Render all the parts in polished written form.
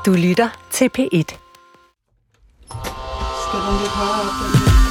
Du lytter til P1. Skal den lidt højere op?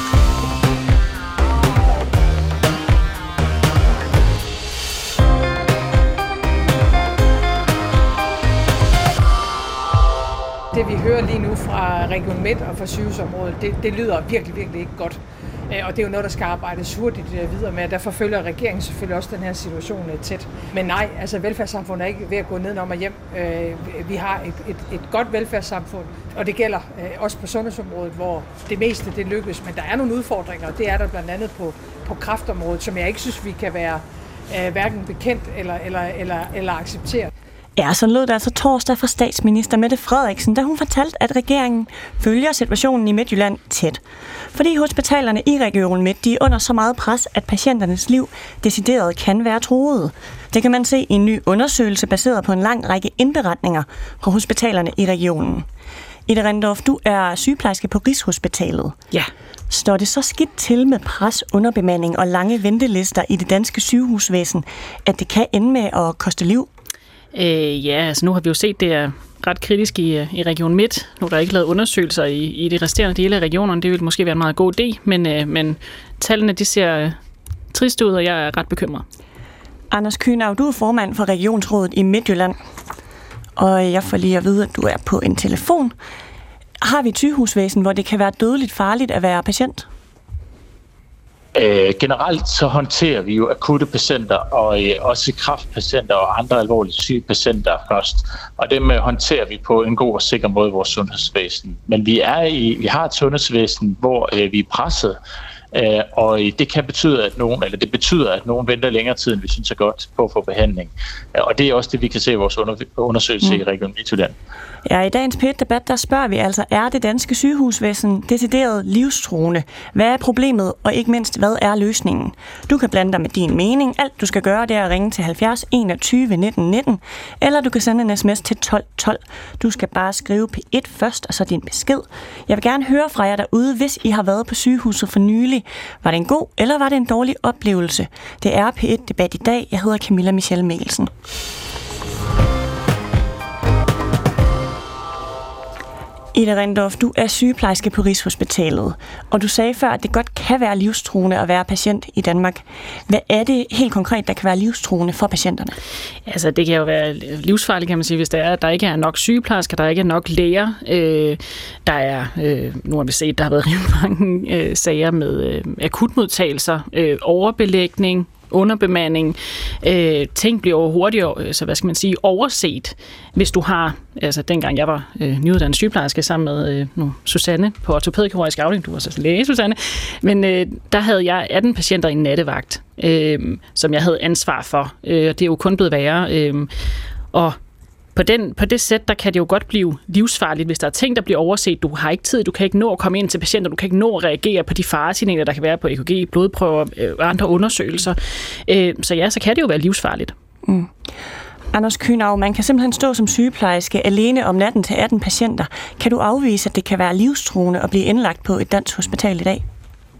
Det vi hører lige nu fra Region Midt og fra sygehusområdet, det lyder virkelig, virkelig ikke godt. Og det er jo noget, der skal arbejdes hurtigt videre med, og derfor følger regeringen selvfølgelig også den her situation tæt. Men nej, altså velfærdssamfundet er ikke ved at gå nedenom og hjem. Vi har et godt velfærdssamfund, og det gælder også på sundhedsområdet, hvor det meste det lykkes. Men der er nogle udfordringer, og det er der blandt andet på kræftområdet, som jeg ikke synes, vi kan være hverken bekendt eller acceptere. Ja, så lød det altså torsdag fra statsminister Mette Frederiksen, da hun fortalte, at regeringen følger situationen i Midtjylland tæt. Fordi hospitalerne i Region Midt, de er under så meget pres, at patienternes liv decideret kan være truet. Det kan man se i en ny undersøgelse baseret på en lang række indberetninger fra hospitalerne i regionen. Ida Rendorf, du er sygeplejerske på Rigshospitalet. Ja. Står det så skidt til med pres, underbemanding og lange ventelister i det danske sygehusvæsen, at det kan ende med at koste liv? Ja, altså nu har vi jo set, det er ret kritisk i Region Midt. Nu er der ikke lavet undersøgelser i de resterende dele af regionerne. Det vil måske være en meget god idé, men tallene de ser triste ud, og jeg er ret bekymret. Anders Kühnau, du er formand for Regionsrådet i Midtjylland, og jeg får lige at vide, at du er på en telefon. Har vi et sygehusvæsen, hvor det kan være dødeligt farligt at være patient? Generelt så håndterer vi jo akutte patienter og også kræftpatienter og andre alvorligt syge patienter først. Og dem håndterer vi på en god og sikker måde i vores sundhedsvæsen. Men vi har et sundhedsvæsen, hvor vi er presset. Og det kan betyde, at nogen venter længere tid, end vi synes er godt på at få behandling. Og det er også det, vi kan se i vores undersøgelse i Region Midtjylland. Ja, i dagens P1-debat, der spørger vi altså, er det danske sygehusvæsen decideret livstruende? Hvad er problemet, og ikke mindst, hvad er løsningen? Du kan blande dig med din mening. Alt du skal gøre, det er at ringe til 70 21 19 19, eller du kan sende en sms til 12 12. Du skal bare skrive P1 først, og så din besked. Jeg vil gerne høre fra jer derude, hvis I har været på sygehuset for nylig. Var det en god, eller var det en dårlig oplevelse? Det er P1-debat i dag. Jeg hedder Camilla Michelle Mikkelsen. Ida Rendorf, du er sygeplejerske på Rigshospitalet, og du sagde før, at det godt kan være livstruende at være patient i Danmark. Hvad er det helt konkret, der kan være livstruende for patienterne? Altså, det kan jo være livsfarligt, kan man sige, hvis der ikke er nok sygeplejersker, der ikke er nok læger. Der er, nu har vi set, der har været mange sager med akutmodtagelser, overbelægning, underbemanding. Ting bliver jo hurtigere, så overset. Hvis du har, altså dengang jeg var nyuddannet sygeplejerske sammen med Susanne på ortopædkirurgisk afdeling, du var så læge, Susanne, men der havde jeg 18 patienter i en nattevagt, som jeg havde ansvar for. Det er jo kun blevet værre. Og på det sæt, der kan det jo godt blive livsfarligt, hvis der er ting, der bliver overset. Du har ikke tid, du kan ikke nå at komme ind til patienter, du kan ikke nå at reagere på de faresignaler, der kan være på EKG, blodprøver og andre undersøgelser. Så kan det jo være livsfarligt. Mm. Anders Kühnau, man kan simpelthen stå som sygeplejerske alene om natten til 18 patienter. Kan du afvise, at det kan være livstruende at blive indlagt på et dansk hospital i dag?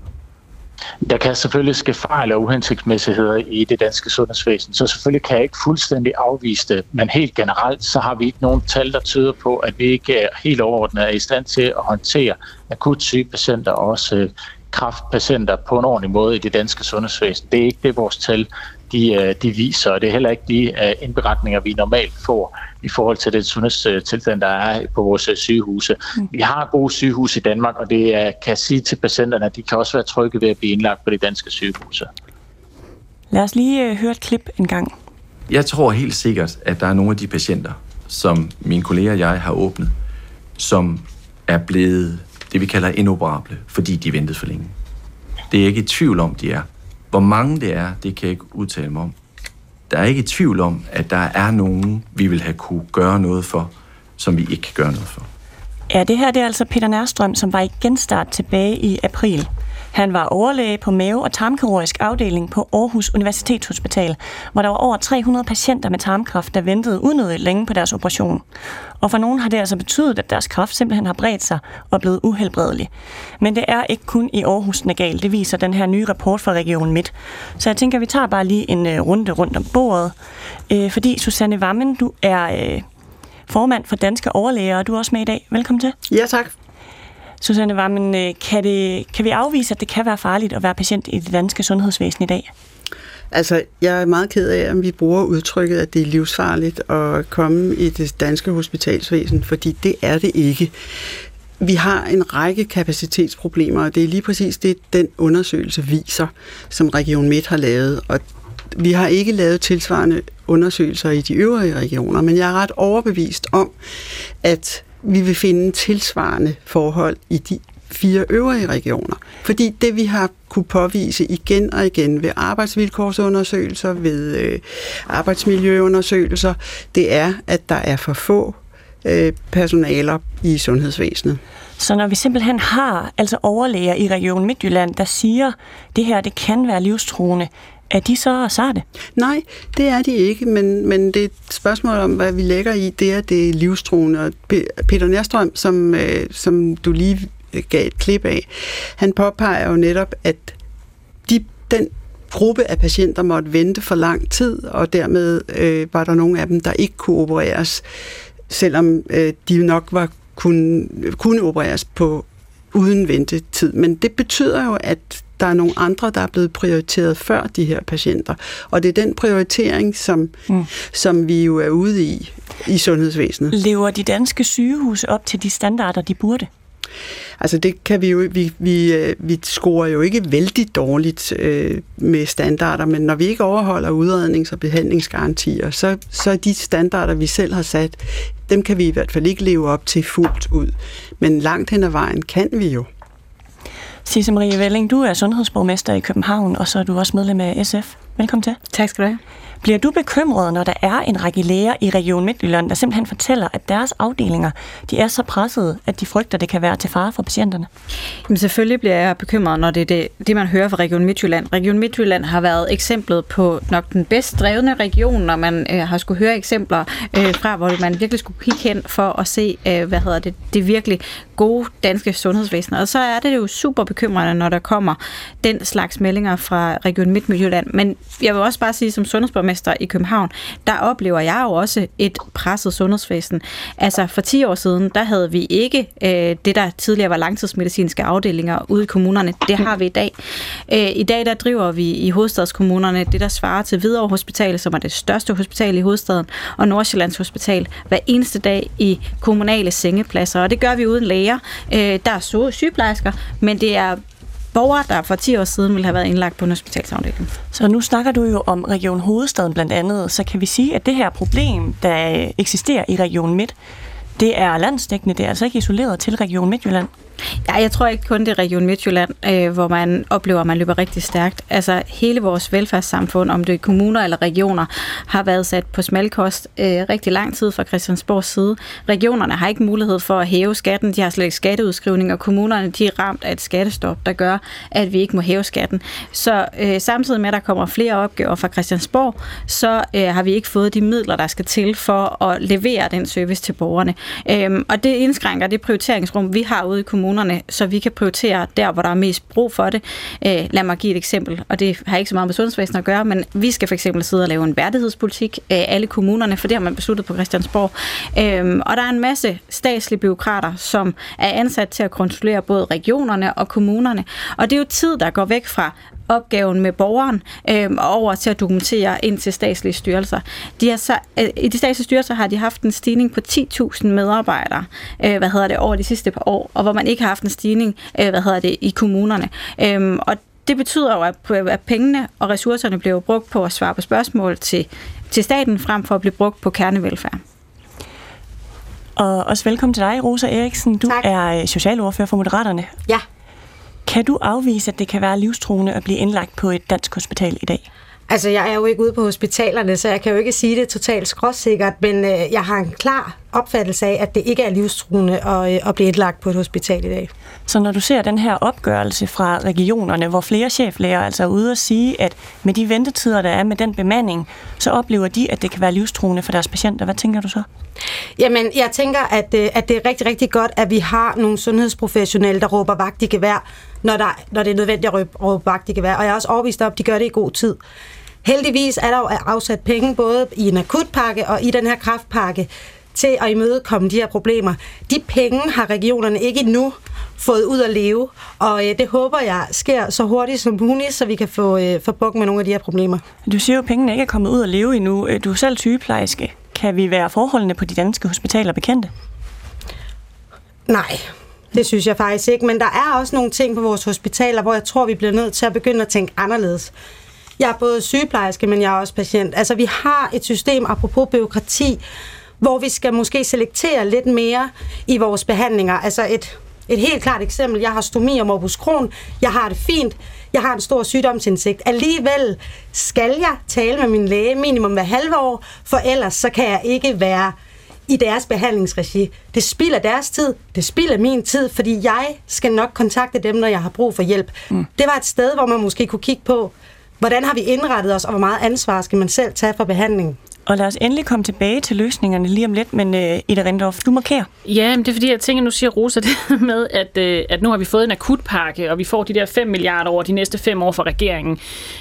Der kan selvfølgelig ske fejl og uhensigtsmæssigheder i det danske sundhedsvæsen, så selvfølgelig kan jeg ikke fuldstændig afvise det, men helt generelt så har vi ikke nogen tal, der tyder på, at vi ikke er helt overordnet er i stand til at håndtere akut syge patienter og også kræftpatienter på en ordentlig måde i det danske sundhedsvæsen. Det er ikke det, vores tal de viser, og det er heller ikke de indberetninger, vi normalt får i forhold til det sundhedstilstand, der er på vores sygehuse. Vi har gode sygehuse i Danmark, og det kan jeg sige til patienterne, at de kan også være trygge ved at blive indlagt på de danske sygehuse. Lad os lige høre et klip en gang. Jeg tror helt sikkert, at der er nogle af de patienter, som mine kolleger og jeg har åbnet, som er blevet det, vi kalder inoperable, fordi de ventede for længe. Det er jeg ikke i tvivl om, de er. Hvor mange det er, det kan jeg ikke udtale mig om. Der er ikke i tvivl om, at der er nogen, vi vil have kunne gøre noget for, som vi ikke kan gøre noget for. Ja, det her det er altså Peter Nærstrøm, som var i genstart tilbage i april. Han var overlæge på mave- og tarmkirurgisk afdeling på Aarhus Universitetshospital, hvor der var over 300 patienter med tarmkræft, der ventede unødigt længe på deres operation. Og for nogen har det altså betydet, at deres kræft simpelthen har bredt sig og blevet uhelbredelig. Men det er ikke kun i Aarhus, den er galt. Det viser den her nye rapport fra Region Midt. Så jeg tænker, vi tager bare lige en runde rundt om bordet. Fordi Susanne Wammen, du er formand for Danske Overlæger, og du er også med i dag. Velkommen til. Ja, tak. Susanne Vammen, kan vi afvise, at det kan være farligt at være patient i det danske sundhedsvæsen i dag? Altså, jeg er meget ked af, at vi bruger udtrykket, at det er livsfarligt at komme i det danske hospitalsvæsen, fordi det er det ikke. Vi har en række kapacitetsproblemer, og det er lige præcis det, den undersøgelse viser, som Region Midt har lavet. Og vi har ikke lavet tilsvarende undersøgelser i de øvrige regioner, men jeg er ret overbevist om, at vi vil finde tilsvarende forhold i de 4 øvrige regioner. Fordi det, vi har kunne påvise igen og igen ved arbejdsvilkårsundersøgelser, ved arbejdsmiljøundersøgelser, det er, at der er for få personaler i sundhedsvæsenet. Så når vi simpelthen har altså overlæger i Region Midtjylland, der siger, at det her det kan være livstruende, er de så sarte? Nej, det er de ikke, men det er et spørgsmål om, hvad vi lægger i, det er det livstruende. Og Peter Nærstrøm, som du lige gav et klip af, han påpeger jo netop, at den gruppe af patienter måtte vente for lang tid, og dermed var der nogle af dem, der ikke kunne opereres, selvom de nok kunne opereres på uden ventetid. Men det betyder jo, at der er nogle andre, der er blevet prioriteret før de her patienter. Og det er den prioritering, som vi jo er ude i sundhedsvæsenet. Lever de danske sygehuse op til de standarder, de burde? Altså det kan vi jo, vi scorer jo ikke vældig dårligt med standarder, men når vi ikke overholder udrednings- og behandlingsgarantier, så de standarder, vi selv har sat, dem kan vi i hvert fald ikke leve op til fuldt ud. Men langt hen ad vejen kan vi jo. Sisse Marie Velling, du er sundhedsborgmester i København, og så er du også medlem af SF. Velkommen til. Tak skal du have. Bliver du bekymret, når der er en række læger i Region Midtjylland, der simpelthen fortæller, at deres afdelinger de er så pressede, at de frygter, det kan være til fare for patienterne? Jamen selvfølgelig bliver jeg bekymret, når det er det, man hører fra Region Midtjylland. Region Midtjylland har været eksemplet på nok den bedst drevne region, når man har skulle høre eksempler fra, hvor man virkelig skulle kigge hen for at se, det virkelig gode danske sundhedsvæsen. Og så er det jo super bekymrende, når der kommer den slags meldinger fra Region Midtjylland. Men jeg vil også bare sige, som sundhedsborgmester i København, der oplever jeg jo også et presset sundhedsvæsen. Altså for 10 år siden, der havde vi ikke det, der tidligere var langtidsmedicinske afdelinger ude i kommunerne. Det har vi i dag. I dag, der driver vi i hovedstadskommunerne det, der svarer til Hvidovre Hospital, som er det største hospital i hovedstaden, og Nordsjællands Hospital, hver eneste dag i kommunale sengepladser. Og det gør vi uden læger. Der er sygeplejersker, men det er borgere, der for 10 år siden ville have været indlagt på en hospitalsafdeling. Så nu snakker du jo om Region Hovedstaden blandt andet, så kan vi sige, at det her problem, der eksisterer i Region Midt, det er landsdækkende, det er altså ikke isoleret til Region Midtjylland? Ja, jeg tror ikke kun det er Region Midtjylland, hvor man oplever, at man løber rigtig stærkt. Altså hele vores velfærdssamfund, om det er kommuner eller regioner, har været sat på smalkost rigtig lang tid fra Christiansborgs side. Regionerne har ikke mulighed for at hæve skatten, de har slet ikke skatteudskrivning, og kommunerne de er ramt af et skattestop, der gør, at vi ikke må hæve skatten. Så samtidig med, at der kommer flere opgaver fra Christiansborg, så har vi ikke fået de midler, der skal til for at levere den service til borgerne. Og det indskrænker det prioriteringsrum, vi har ude i kommunerne, så vi kan prioritere der, hvor der er mest brug for det. Lad mig give et eksempel, og det har ikke så meget med sundhedsvæsenet at gøre, men vi skal for eksempel sidde og lave en værdighedspolitik af alle kommunerne, for det har man besluttet på Christiansborg. Og der er en masse statslige bureaukrater, som er ansat til at kontrollere både regionerne og kommunerne. Og det er jo tid, der går væk fra opgaven med borgeren og over til at dokumentere ind til statslige styrelser. I de statslige styrelser har de haft en stigning på 10.000 medarbejdere over de sidste par år, og hvor man ikke har haft en stigning i kommunerne. Og det betyder jo, at pengene og ressourcerne bliver brugt på at svare på spørgsmål til staten, frem for at blive brugt på kernevelfærd. Og også velkommen til dig, Rosa Eriksen. Du er socialordfører for Moderaterne. Ja. Kan du afvise, at det kan være livstruende at blive indlagt på et dansk hospital i dag? Altså, jeg er jo ikke ude på hospitalerne, så jeg kan jo ikke sige det totalt skråsikkert, men jeg har en klar opfattelse af, at det ikke er livstruende at blive indlagt på et hospital i dag. Så når du ser den her opgørelse fra regionerne, hvor flere cheflæger altså er ude at sige, at med de ventetider, der er med den bemanding, så oplever de, at det kan være livstruende for deres patienter. Hvad tænker du så? Jamen, jeg tænker, at det er rigtig, rigtig godt, at vi har nogle sundhedsprofessionelle, der råber vagt i gevær, når det er nødvendigt at råbe vagt i gevær. Og jeg er også overbevist om, at de gør det i god tid. Heldigvis er der jo afsat penge både i en akutpakke og i den her kræftpakke til at imødekomme de her problemer. De penge har regionerne ikke endnu fået ud at leve, og det håber jeg sker så hurtigt som muligt, så vi kan få bugt med nogle af de her problemer. Du siger jo, at pengene ikke er kommet ud at leve endnu. Du er selv sygeplejerske. Kan vi være forholdene på de danske hospitaler bekendte? Nej, det synes jeg faktisk ikke, men der er også nogle ting på vores hospitaler, hvor jeg tror, vi bliver nødt til at begynde at tænke anderledes. Jeg er både sygeplejerske, men jeg er også patient. Altså, vi har et system, apropos bureaukrati, hvor vi skal måske selektere lidt mere i vores behandlinger. Altså et helt klart eksempel. Jeg har stomi og morbus Crohn. Jeg har det fint. Jeg har en stor sygdomsindsigt. Alligevel skal jeg tale med min læge minimum hver halve år, for ellers så kan jeg ikke være i deres behandlingsregi. Det spilder deres tid, det spilder min tid, fordi jeg skal nok kontakte dem, når jeg har brug for hjælp. Det var et sted, hvor man måske kunne kigge på, hvordan har vi indrettet os, og hvor meget ansvar skal man selv tage for behandlingen. Og lad os endelig komme tilbage til løsningerne lige om lidt, men Ida Rindorff, du markerer. Ja, men det er fordi, jeg tænker, nu siger Rosa det med, at nu har vi fået en akutpakke, og vi får de der 5 milliarder over de næste 5 år fra regeringen.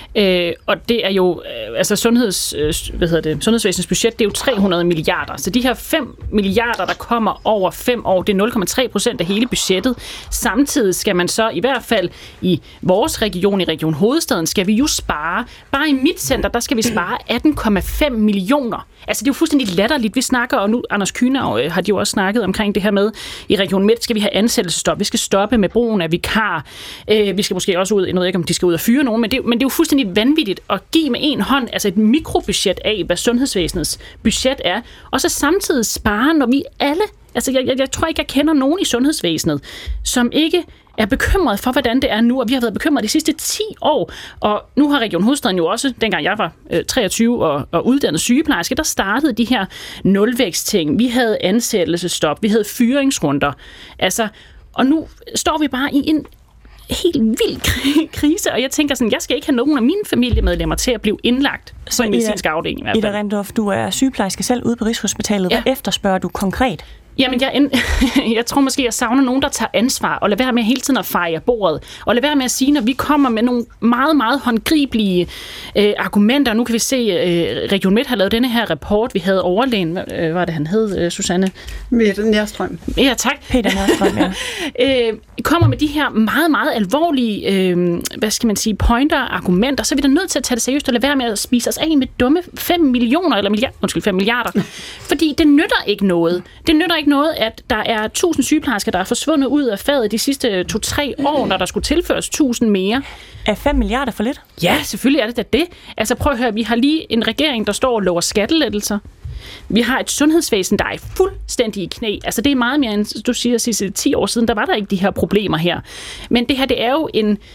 Og det er jo, altså sundhedsvæsenets budget, det er jo 300 milliarder. Så de her 5 milliarder, der kommer over 5 år, det er 0,3% af hele budgettet. Samtidig skal man så i hvert fald i vores region, i Region Hovedstaden, skal vi jo spare. Bare i mit center, der skal vi spare 18,5 millioner. Altså, det er jo fuldstændig latterligt. Vi snakker, og nu Anders Kühnau har de jo også snakket omkring det her med, i Region Midt skal vi have ansættelsesstop. Vi skal stoppe med brugen af vikar. Vi skal måske også ud, jeg ved ikke, om de skal ud og fyre nogen, men det er jo fuldstændig vanvittigt at give med en hånd, altså et mikrobudget af, hvad sundhedsvæsenets budget er, og så samtidig spare, når vi alle, altså jeg tror ikke, jeg kender nogen i sundhedsvæsenet, som ikke er bekymret for, hvordan det er nu, og vi har været bekymret de sidste 10 år. Og nu har Region Hovedstaden jo også, dengang jeg var 23 og uddannet sygeplejerske, der startede de her nulvækstting. Vi havde ansættelsesstop, vi havde fyringsrunder. Altså, og nu står vi bare i en helt vild krise, og jeg tænker sådan, jeg skal ikke have nogen af mine familiemedlemmer til at blive indlagt på en medicinsk afdeling i hvert fald. Ida Rindorff, du er sygeplejerske selv ude på Rigshospitalet. Hvad efterspørger du konkret? Jamen, jeg tror måske, jeg savner nogen, der tager ansvar, og lad være med hele tiden at feje bordet, og lad være med at sige, når vi kommer med nogle meget, meget håndgribelige argumenter. Nu kan vi se, Region Midt har lavet denne her rapport. Vi havde overlægen, hvad var det, han hed, Susanne? Peter Nærstrøm. Ja, tak. Peter Nærstrøm, ja. Kommer med de her meget, meget alvorlige, hvad skal man sige, pointer, argumenter, så er vi da nødt til at tage det seriøst, og lade være med at spise os af med dumme 5 milliarder. Fordi det nytter ikke noget. Det nytter ikke noget, at der er 1000 sygeplejersker, der er forsvundet ud af faget de sidste 2-3 år, når der skulle tilføres 1000 mere. Er 5 milliarder for lidt? Ja, selvfølgelig er det da det. Altså prøv at høre, vi har lige en regering, der står og lover skattelettelser. Vi har et sundhedsvæsen, der er fuldstændig i knæ. Altså det er meget mere end, du siger, sidste 10 år siden, der var der ikke de her problemer her. Men det her, det er jo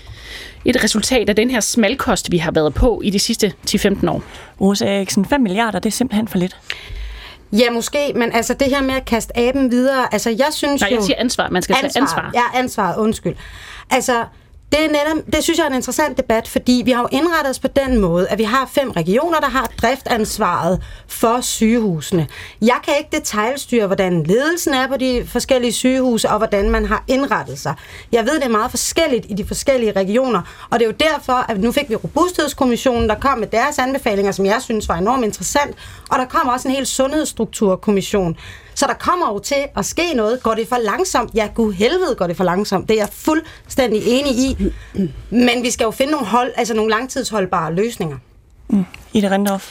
et resultat af den her smalkost, vi har været på i de sidste 10-15 år. Rosa Eriksen, 5 milliarder, det er simpelthen for lidt. Ja, måske, men altså det her med at kaste aben videre, altså jeg synes jeg siger ansvar, man skal tage ansvar. Ja, ansvaret, undskyld. Altså, det synes jeg er en interessant debat, fordi vi har jo indrettet os på den måde, at vi har 5 regioner, der har driftansvaret for sygehusene. Jeg kan ikke detailstyre, hvordan ledelsen er på de forskellige sygehuse, og hvordan man har indrettet sig. Jeg ved, det er meget forskelligt i de forskellige regioner, og det er jo derfor, at nu fik vi Robusthedskommissionen, der kom med deres anbefalinger, som jeg synes var enormt interessant, og der kom også en hel sundhedsstrukturkommission. Så der kommer jo til at ske noget. Går det for langsomt? Ja, gud helvede går det for langsomt. Det er jeg fuldstændig enig i. Men vi skal jo finde nogle langtidsholdbare løsninger. Ida Rindorff.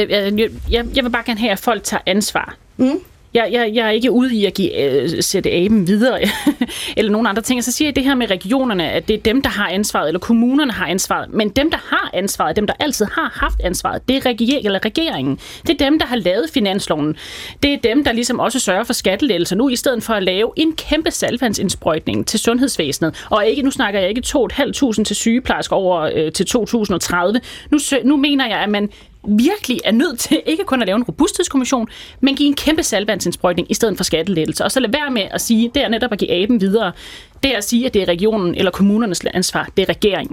Jeg vil bare gerne have, at folk tager ansvar. Jeg er ikke ude i at sætte aben videre, eller nogen andre ting. Så siger jeg det her med regionerne, at det er dem, der har ansvaret, eller kommunerne har ansvaret. Men dem, der har ansvaret, dem, der altid har haft ansvaret, det er regeringen. Det er dem, der har lavet finansloven. Det er dem, der ligesom også sørger for skattelettelser nu, i stedet for at lave en kæmpe saltvandsindsprøjtning til sundhedsvæsenet. Og nu snakker jeg ikke 2.500 til sygeplejersker over til 2030. Nu mener jeg, at man virkelig er nødt til ikke kun at lave en robusthedskommission, men give en kæmpe saltvandsindsprøjtning i stedet for skattelettelser. Og så lad være med at sige, det er netop at give aben videre. Det er at sige, at det er regionen eller kommunernes ansvar. Det er regeringens.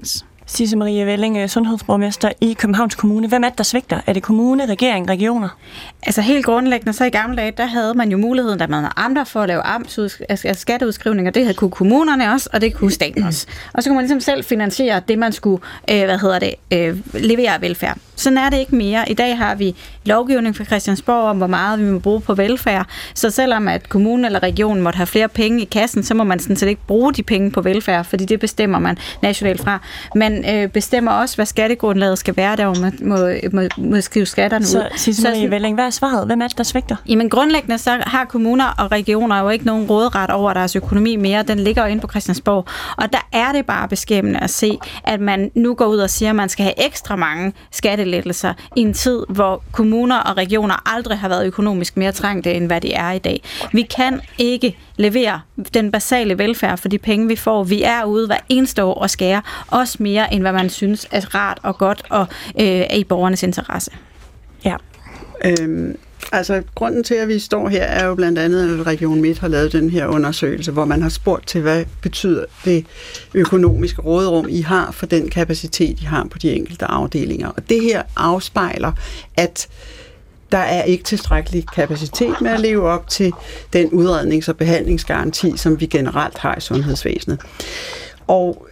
Sisse Marie Velling, sundhedsborgmester i Københavns Kommune. Hvem er det, der svigter? Er det kommune, regering, regioner? Altså helt grundlæggende, så i gamle dage, der havde man jo muligheden, da man havde amter for at lave skatteudskrivninger. Det kunne kommunerne også, og det kunne staten også. Og så kunne man ligesom selv finansiere det, man skulle levere af velfærd. Sådan er det ikke mere. I dag har vi lovgivning fra Christiansborg om, hvor meget vi må bruge på velfærd. Så selvom at kommunen eller regionen måtte have flere penge i kassen, så må man sådan set ikke bruge de penge på velfærd, fordi det bestemmer man nationalt fra. Man bestemmer også, hvad skattegrundlaget skal være, der hvor man må skrive skatterne ud. Så Sisse Marie Velling, hvad er svaret? Hvem er det, der svigter? Jamen grundlæggende så har kommuner og regioner jo ikke nogen råderet over deres økonomi mere. Den ligger jo inde på Christiansborg. Og der er det bare beskæmmende at se, at man nu går ud og siger, at man skal have ekstra mange skattelettelser i en tid, hvor kommuner og regioner aldrig har været økonomisk mere trængte, end hvad de er i dag. Vi kan ikke levere den basale velfærd for de penge, vi får. Vi er ude hver eneste år og skærer også mere, end hvad man synes er rart og godt og er i borgernes interesse. Ja. Altså, grunden til, at vi står her, er jo blandt andet, at Region Midt har lavet den her undersøgelse, hvor man har spurgt til, hvad betyder det økonomiske råderum, I har for den kapacitet, I har på de enkelte afdelinger. Og det her afspejler, at der er ikke tilstrækkelig kapacitet med at leve op til den udrednings- og behandlingsgaranti, som vi generelt har i sundhedsvæsenet. Og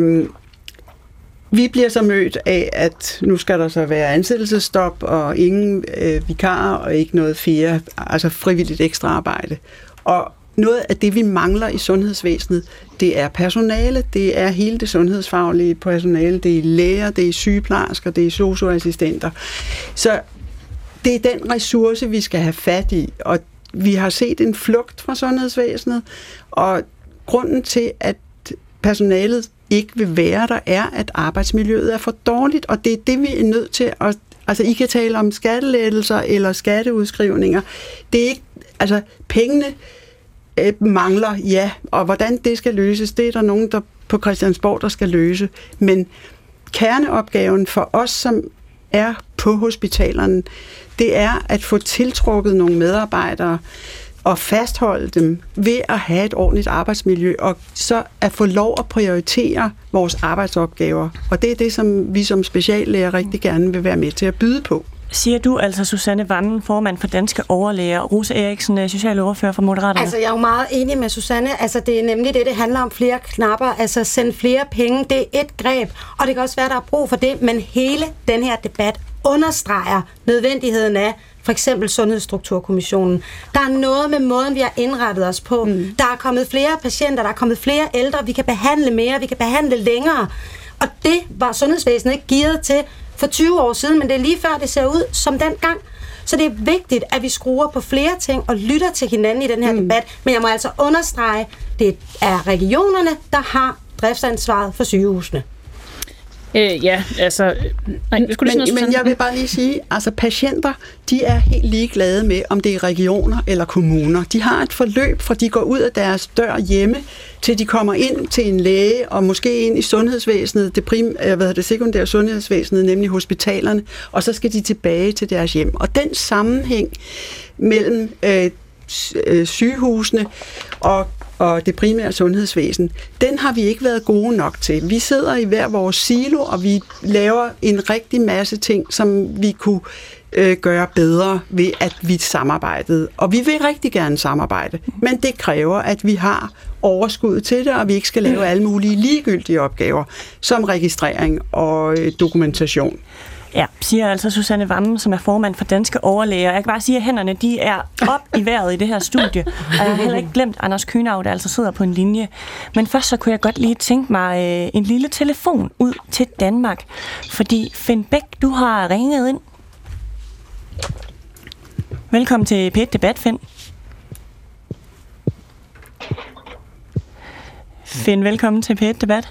vi bliver så mødt af, at nu skal der så være ansættelsesstop og ingen vikarer og ikke noget flere, altså frivilligt ekstra arbejde. Og noget af det, vi mangler i sundhedsvæsenet, det er personale, det er hele det sundhedsfaglige personale, det er læger, det er sygeplejersker, det er sosu-assistenter. Så det er den ressource, vi skal have fat i, og vi har set en flugt fra sundhedsvæsenet, og grunden til, at personalet ikke vil være der, er, at arbejdsmiljøet er for dårligt, og det er det, vi er nødt til at... Altså, I kan tale om skattelettelser eller skatteudskrivninger. Det er ikke... Altså, pengene mangler, ja, og hvordan det skal løses, det er der nogen, der på Christiansborg, der skal løse. Men kerneopgaven for os, som er på hospitalerne, det er at få tiltrukket nogle medarbejdere og fastholde dem ved at have et ordentligt arbejdsmiljø, og så at få lov at prioritere vores arbejdsopgaver. Og det er det, som vi som speciallæger rigtig gerne vil være med til at byde på. Siger du altså Susanne Vammen, formand for Danske Overlæger, og Rosa Eriksen, socialordfører for Moderaterne? Altså, jeg er jo meget enig med Susanne. Altså, det er nemlig det handler om flere knapper. Altså, send flere penge. Det er et greb, og det kan også være, der er brug for det, men hele den her debat understreger nødvendigheden af for eksempel Sundhedsstrukturkommissionen. Der er noget med måden, vi har indrettet os på. Der er kommet flere patienter, der er kommet flere ældre, vi kan behandle mere, vi kan behandle længere. Og det var sundhedsvæsenet ikke gearet til for 20 år siden, men det er lige før, det ser ud som dengang. Så det er vigtigt, at vi skruer på flere ting og lytter til hinanden i den her debat. Men jeg må altså understrege, det er regionerne, der har driftsansvaret for sygehusene. Ja, altså... Nej, men jeg vil bare lige sige, altså patienter, de er helt ligeglade med, om det er regioner eller kommuner. De har et forløb, fra de går ud af deres dør hjemme, til de kommer ind til en læge, og måske ind i sundhedsvæsenet, det sekundære sundhedsvæsenet, nemlig hospitalerne, og så skal de tilbage til deres hjem. Og den sammenhæng mellem sygehusene og det primære sundhedsvæsen, den har vi ikke været gode nok til. Vi sidder i hver vores silo, og vi laver en rigtig masse ting, som vi kunne gøre bedre ved, at vi samarbejdede. Og vi vil rigtig gerne samarbejde, men det kræver, at vi har overskud til det, og vi ikke skal lave alle mulige ligegyldige opgaver, som registrering og dokumentation. Ja, siger altså Susanne Vammen, som er formand for Danske Overlæger. Jeg kan bare sige, at hænderne de er op i vejret i det her studie, og jeg har heller ikke glemt Anders Kühnau, der altså sidder på en linje. Men først så kunne jeg godt lige tænke mig en lille telefon ud til Danmark, fordi Finn Bæk, du har ringet ind. Velkommen til P1 Debat, Finn. Finn, velkommen til P1 Debat.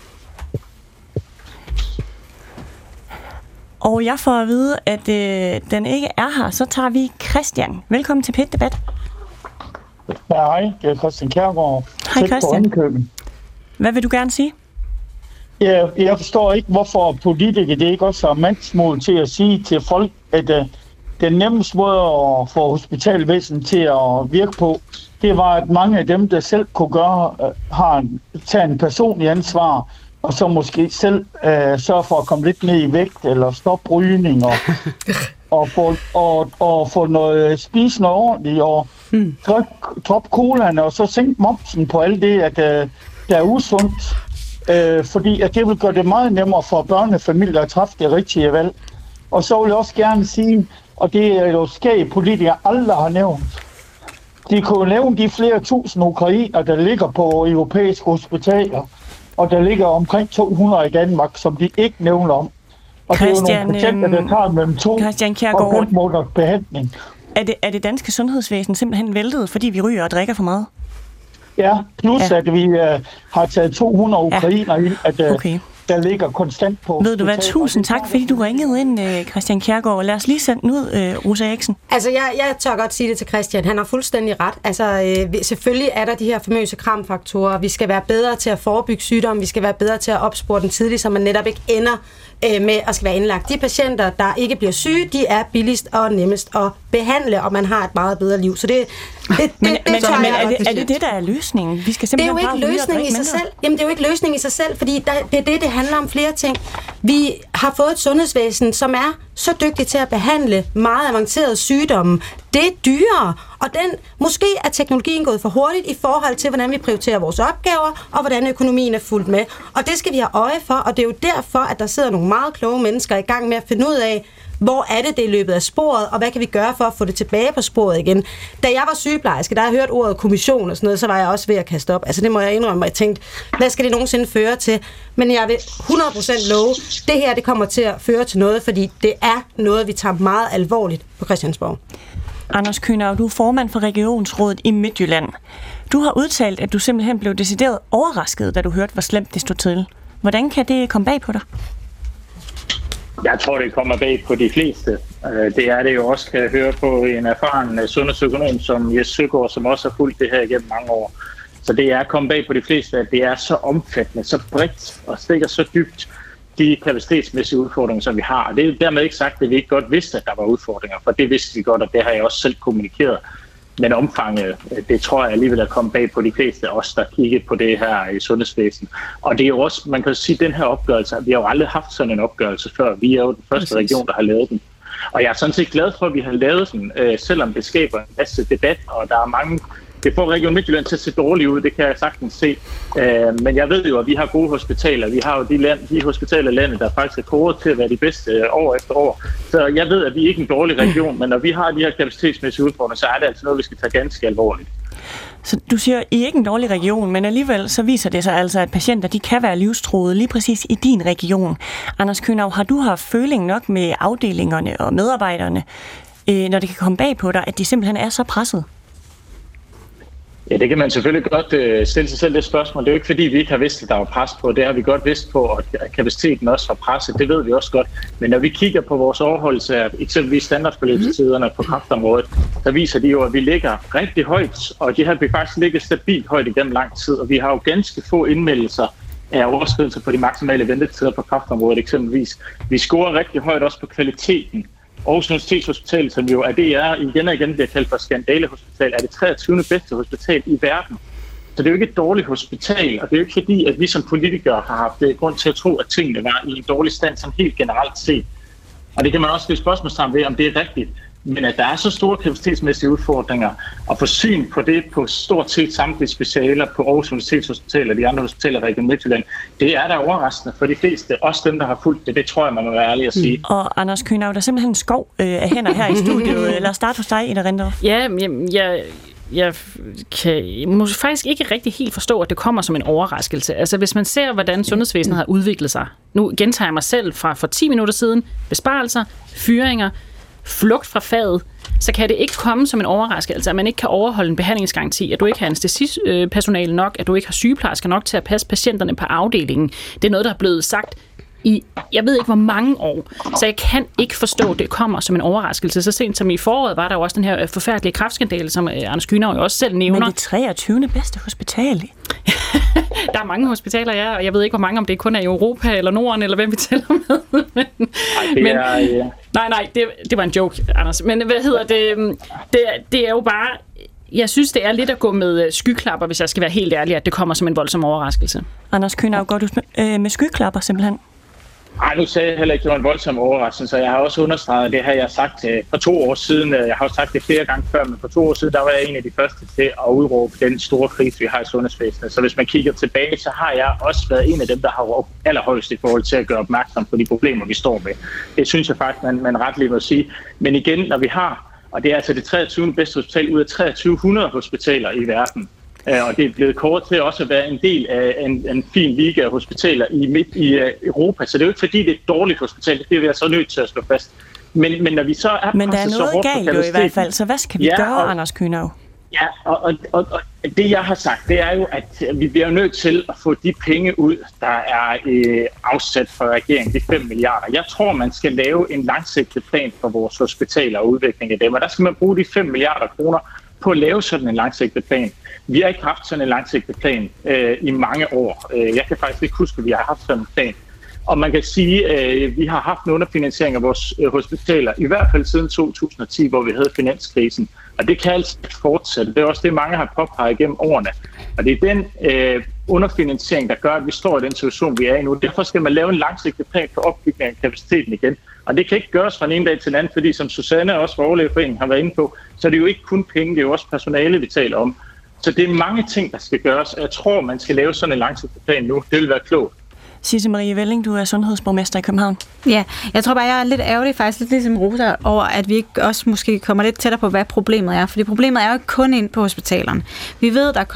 Og jeg får at vide, at den ikke er her, så tager vi Christian. Velkommen til P1 Debat. Ja, hej. Det er Christian Kjærgaard. Hej Christian. Hvad vil du gerne sige? Ja, jeg forstår ikke, hvorfor politikere det ikke også har mandsmod til at sige til folk, at den nemmeste måde at få hospitalvæsenet til at virke på, det var, at mange af dem, der selv kunne tage en personlig ansvar og så måske selv sørge for at komme lidt ned i vægt, eller stoppe rygning, og få noget spise noget ordentligt, og drop colaen, og så sænke momsen på alt det, at der er usundt. Fordi at det vil gøre det meget nemmere for børnefamilier at træffe det rigtige valg. Og så vil jeg også gerne sige, og det er jo skægt politikere aldrig har nævnt, de kunne nævne de flere tusind ukrainer, der ligger på europæiske hospitaler, og der ligger omkring 200 i Danmark, som de ikke nævner om. Og Christian, det er jo nogle patienter, der tager mellem 2 og 5 måneders behandling. Er det danske sundhedsvæsen simpelthen væltet, fordi vi ryger og drikker for meget? Ja, plus at vi har taget 200 ukrainer ind, at der ligger konstant på. Ved du hvad, tusind tak, fordi du ringede ind, Christian Kjærgaard. Lad os lige sende den ud, Rosa Eriksen. Altså, jeg tør godt sige det til Christian. Han har fuldstændig ret. Altså, selvfølgelig er der de her famøse kramfaktorer. Vi skal være bedre til at forebygge sygdom. Vi skal være bedre til at opspore den tidligt, så man netop ikke ender med at skal være indlagt. De patienter, der ikke bliver syge, de er billigst og nemmest at behandle, og man har et meget bedre liv. Så det er det der er løsningen? Vi skal simpelthen det er jo ikke løsningen i sig selv. Jamen, det er jo ikke løsningen i sig selv, fordi det handler om flere ting. Vi har fået et sundhedsvæsen, som er så dygtigt til at behandle meget avancerede sygdomme. Det er dyrere, og måske er teknologien gået for hurtigt i forhold til, hvordan vi prioriterer vores opgaver, og hvordan økonomien er fulgt med. Og det skal vi have øje for, og det er jo derfor, at der sidder nogle meget kloge mennesker i gang med at finde ud af, hvor er det i løbet af sporet, og hvad kan vi gøre for at få det tilbage på sporet igen? Da jeg var sygeplejerske, da jeg hørte ordet kommission og sådan noget, så var jeg også ved at kaste op. Altså det må jeg indrømme, og jeg tænkte, hvad skal det nogensinde føre til? Men jeg vil 100% love, det her det kommer til at føre til noget, fordi det er noget, vi tager meget alvorligt på Christiansborg. Anders Kühnau, du er formand for Regionsrådet i Midtjylland. Du har udtalt, at du simpelthen blev decideret overrasket, da du hørte, hvor slemt det stod til. Hvordan kan det komme bag på dig? Jeg tror, det kommer bag på de fleste. Det er det jo også, kan jeg høre på en erfaren sundhedsøkonom som Jes Søgaard, som også har fulgt det her igennem mange år. Så det er kommet bag på de fleste, at det er så omfattende, så bredt og stikker så dybt de kapacitetsmæssige udfordringer, som vi har. Og det er dermed ikke sagt, at vi ikke godt vidste, at der var udfordringer, for det vidste vi godt, og det har jeg også selv kommunikeret. Men omfanget, det tror jeg alligevel er kommet bag på de fleste af os, der kigger på det her i sundhedsvæsen. Og det er jo også, man kan sige, den her opgørelse, vi har jo aldrig haft sådan en opgørelse før. Vi er jo den første region, der har lavet den. Og jeg er sådan set glad for, at vi har lavet den, selvom det skaber en masse debat, og der er mange. Det får Region Midtjylland til at se dårligt ud, det kan jeg sagtens se. Men jeg ved jo, at vi har gode hospitaler. Vi har jo de hospitaler i landet, der faktisk er kåret til at være de bedste år efter år. Så jeg ved, at vi ikke er en dårlig region, men når vi har de her kapacitetsmæssige udfordringer, så er det altså noget, vi skal tage ganske alvorligt. Så du siger, I er ikke en dårlig region, men alligevel så viser det sig altså, at patienter de kan være livstruede lige præcis i din region. Anders Kühnau, har du haft føling nok med afdelingerne og medarbejderne, når det kan komme bag på dig, at de simpelthen er så presset? Ja, det kan man selvfølgelig godt stille sig selv det spørgsmål. Det er jo ikke fordi, vi ikke har vidst, at der var pres på. Det har vi godt vidst på, og kapaciteten også var presset. Det ved vi også godt. Men når vi kigger på vores overholdelse af eksempelvis standardforløbstiderne på kræftområdet, så viser de jo, at vi ligger rigtig højt, og de har faktisk ligget stabilt højt igennem lang tid. Og vi har jo ganske få indmeldelser af overskridelser på de maksimale ventetider på kræftområdet eksempelvis. Vi scorer rigtig højt også på kvaliteten. Aarhus Universitetshospital, som jo er det, igen og igen bliver kaldt for skandalehospital, er det 23. bedste hospital i verden. Så det er jo ikke et dårligt hospital, og det er jo ikke fordi, at vi som politikere har haft grund til at tro, at tingene var i en dårlig stand, som helt generelt set. Og det kan man også stille spørgsmålstegn ved, om det er rigtigt. Men at der er så store kapacitetsmæssige udfordringer, og få syn på det på stort set samtlige specialer på Aarhus Universitetshospital og de andre hospitaler i Region Midtjylland, det er da overraskende for de fleste, også dem, der har fulgt det. Det tror jeg, man må være ærlig at sige. Og Anders Kühnau, der er simpelthen en skov af hænder her i studiet. Lad os starte hos dig, Ida Rindorff. Ja, jeg kan faktisk ikke rigtig helt forstå, at det kommer som en overraskelse. Altså, hvis man ser, hvordan sundhedsvæsenet har udviklet sig. Nu gentager jeg mig selv fra for 10 minutter siden. Besparelser, fyringer, flugt fra faget, så kan det ikke komme som en overraskelse, at man ikke kan overholde en behandlingsgaranti, at du ikke har anæstesipersonale nok, at du ikke har sygeplejersker nok til at passe patienterne på afdelingen. Det er noget, der er blevet sagt i, jeg ved ikke hvor mange år, så jeg kan ikke forstå, at det kommer som en overraskelse. Så sent som i foråret var der jo også den her forfærdelige kræftskandale, som Anders Kühnau jo også selv nævner. Men det 23. bedste hospital. Der er mange hospitaler, ja, og jeg ved ikke, hvor mange, om det kun er i Europa eller Norden, eller hvem vi tæller med. Nej, det var en joke, Anders. Men hvad hedder det? Det er jo bare Jeg synes, det er lidt at gå med skyklapper, hvis jeg skal være helt ærlig, at det kommer som en voldsom overraskelse. Anders Kühnau, går du med skyklapper simpelthen? Nej, nu sagde jeg heller ikke, at det var en voldsom overraskelse, så jeg har også understreget det her, jeg har sagt for 2 år siden. Jeg har også sagt det flere gange før, men for 2 år siden, der var jeg en af de første til at udråbe den store krise, vi har i sundhedsvæsenet. Så hvis man kigger tilbage, så har jeg også været en af dem, der har råbt allerhøjst i forhold til at gøre opmærksom på de problemer, vi står med. Det synes jeg faktisk, man ret lige må sige. Men igen, når vi har, og det er altså det 23. bedste hospital ud af 2300 hospitaler i verden, og det er blevet kåret til også at være en del af en fin liga af hospitaler midt i Europa. Så det er jo ikke fordi, det er et dårligt hospital. Det er vi altså nødt til at slå fast. Men når vi så er... Men der er noget galt jo i hvert fald, så hvad skal vi gøre, Anders Kühnau? Ja, og det jeg har sagt, det er jo, at vi bliver nødt til at få de penge ud, der er afsat for regeringen, de 5 milliarder. Jeg tror, man skal lave en langsigtet plan for vores hospitaler og udvikling af dem, og der skal man bruge de 5 milliarder kroner på at lave sådan en langsigtet plan. Vi har ikke haft sådan en langsigtet plan i mange år. Jeg kan faktisk ikke huske, at vi har haft sådan en plan. Og man kan sige, at vi har haft en underfinansiering af vores hospitaler, i hvert fald siden 2010, hvor vi havde finanskrisen. Og det kan altså fortsætte. Det er også det, mange har påpeget gennem årene. Og det er den underfinansiering, der gør, at vi står i den situation, vi er i nu. Derfor skal man lave en langsigtet plan for opbygning af kapaciteten igen. Og det kan ikke gøres fra en ene dag til en anden, fordi som Susanne også fra Overlægeforeningen har været inde på, så er det jo ikke kun penge, det er jo også personale, vi taler om. Så det er mange ting, der skal gøres. Jeg tror, man skal lave sådan en langsigtet plan nu. Det vil være klogt. Sisse Marie Velling, du er sundhedsborgmester i København. Ja, jeg tror bare, jeg er lidt ærgerlig, faktisk lidt ligesom Rosa, over at vi ikke også måske kommer lidt tættere på, hvad problemet er. Fordi problemet er jo ikke kun ind på hospitalerne. Vi ved, der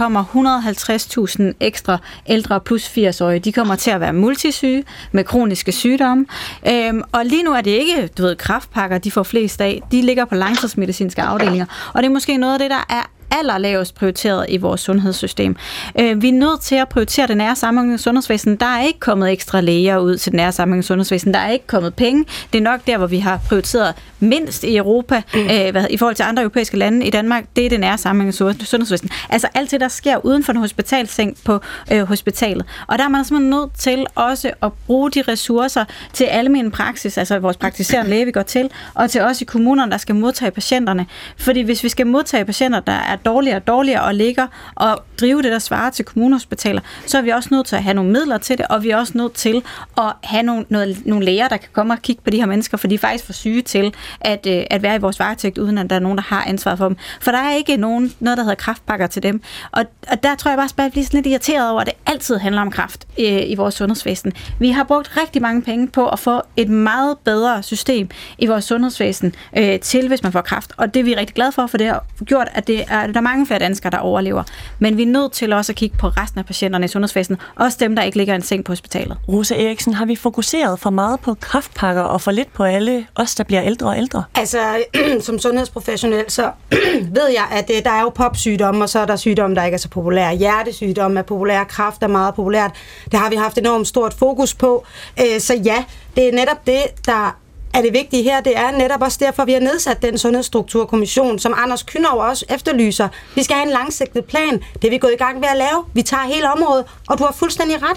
kommer 150.000 ekstra ældre plus 80-årige. De kommer til at være multisyge med kroniske sygdomme. Og lige nu er det ikke, kræftpakker, de får flest af. De ligger på langtidsmedicinske afdelinger. Og det er måske noget af det, der er allerlavest prioriteret i vores sundhedssystem. Vi er nødt til at prioritere det nære sammenhængende sundhedsvæsen. Der er ikke kommet ekstra læger ud til det nære sammenhængende sundhedsvæsen. Der er ikke kommet penge. Det er nok der, hvor vi har prioriteret mindst i Europa, i forhold til andre europæiske lande. I Danmark, det er det nære sammenhængende sundhedsvæsen. Altså alt det, der sker uden for en hospitalseng på hospitalet. Og der er man simpelthen nødt til også at bruge de ressourcer til almen praksis, altså vores praktiserende læge, vi går til, og til os i kommunerne, der skal modtage patienterne. Fordi hvis vi skal modtage patienter, der er dårligere og dårligere og ligger og drive det, der svarer til kommunehospitaler, så er vi også nødt til at have nogle midler til det, og vi er også nødt til at have nogle læger, der kan komme og kigge på de her mennesker, for de er faktisk for syge til at være i vores varetægt, uden at der er nogen, der har ansvar for dem. For der er ikke noget, der hedder kræftpakker til dem. Og der tror jeg bare, at jeg bliver sådan lidt irriteret over, at det altid handler om kræft i vores sundhedsvæsen. Vi har brugt rigtig mange penge på at få et meget bedre system i vores sundhedsvæsen til, hvis man får kræft. Og det er vi rigtig glade for det har gjort, at der er mange flere danskere, der overlever. Men vi er nødt til også at kigge på resten af patienterne i sundhedsvæsenet, også dem, der ikke ligger i en seng på hospitalet. Rosa Eriksen, har vi fokuseret for meget på kræftpakker og for lidt på alle os, der bliver ældre og ældre? Altså, som sundhedsprofessionel, så ved jeg, at der er jo popsygdomme, og så er der sygdomme, der ikke er så populære. Hjertesygdomme er populære, kræft er meget populært. Det har vi haft enormt stort fokus på. Så ja, det er netop det, der er det vigtige her, det er netop også derfor, vi har nedsat den sundhedsstrukturkommission, som Anders Kühnau også efterlyser. Vi skal have en langsigtet plan. Det er vi gået i gang ved at lave. Vi tager hele området, og du har fuldstændig ret.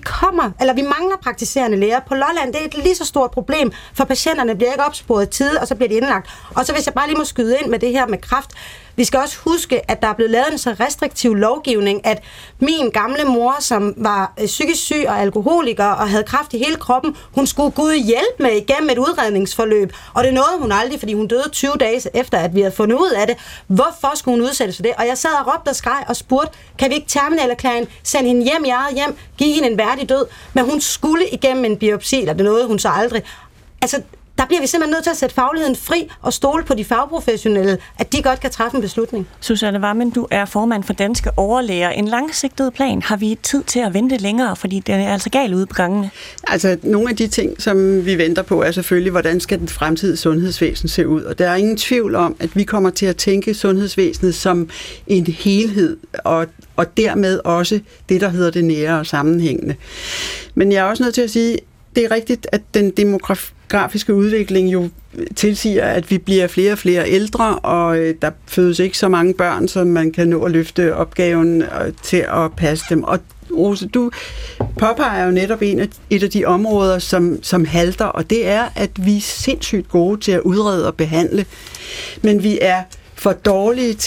Vi mangler praktiserende læger. På Lolland, det er et lige så stort problem, for patienterne bliver ikke opsporet i tide, og så bliver de indlagt. Og så hvis jeg bare lige må skyde ind med det her med kræft, vi skal også huske, at der er blevet lavet en så restriktiv lovgivning, at min gamle mor, som var psykisk syg og alkoholiker og havde kræft i hele kroppen, hun skulle Gud hjælpe med igennem et udredningsforløb. Og det nåede hun aldrig, fordi hun døde 20 dage efter, at vi havde fundet ud af det. Hvorfor skulle hun udsættes for det? Og jeg sad og råbte og skreg og spurgte, kan vi ikke terminalerklære hende, sende hende hjem i eget hjem, give hende en værdig død? Men hun skulle igennem en biopsi, eller det nåede hun så aldrig. Altså, der bliver vi simpelthen nødt til at sætte fagligheden fri og stole på de fagprofessionelle, at de godt kan træffe en beslutning. Susanne Vammen, du er formand for Danske Overlæger. En langsigtet plan. Har vi tid til at vente længere, fordi det er altså galt ude på gangene? Altså, nogle af de ting, som vi venter på, er selvfølgelig, hvordan skal den fremtidige sundhedsvæsen se ud? Og der er ingen tvivl om, at vi kommer til at tænke sundhedsvæsenet som en helhed, og dermed også det, der hedder det nære og sammenhængende. Men jeg er også nødt til at sige, det er rigtigt, at den demografiske udvikling jo tilsiger, at vi bliver flere og flere ældre, og der fødes ikke så mange børn, som man kan nå at løfte opgaven til at passe dem. Og Rosa, du påpeger jo netop et af de områder, som halter, og det er, at vi er sindssygt gode til at udrede og behandle, men vi er for dårlige til at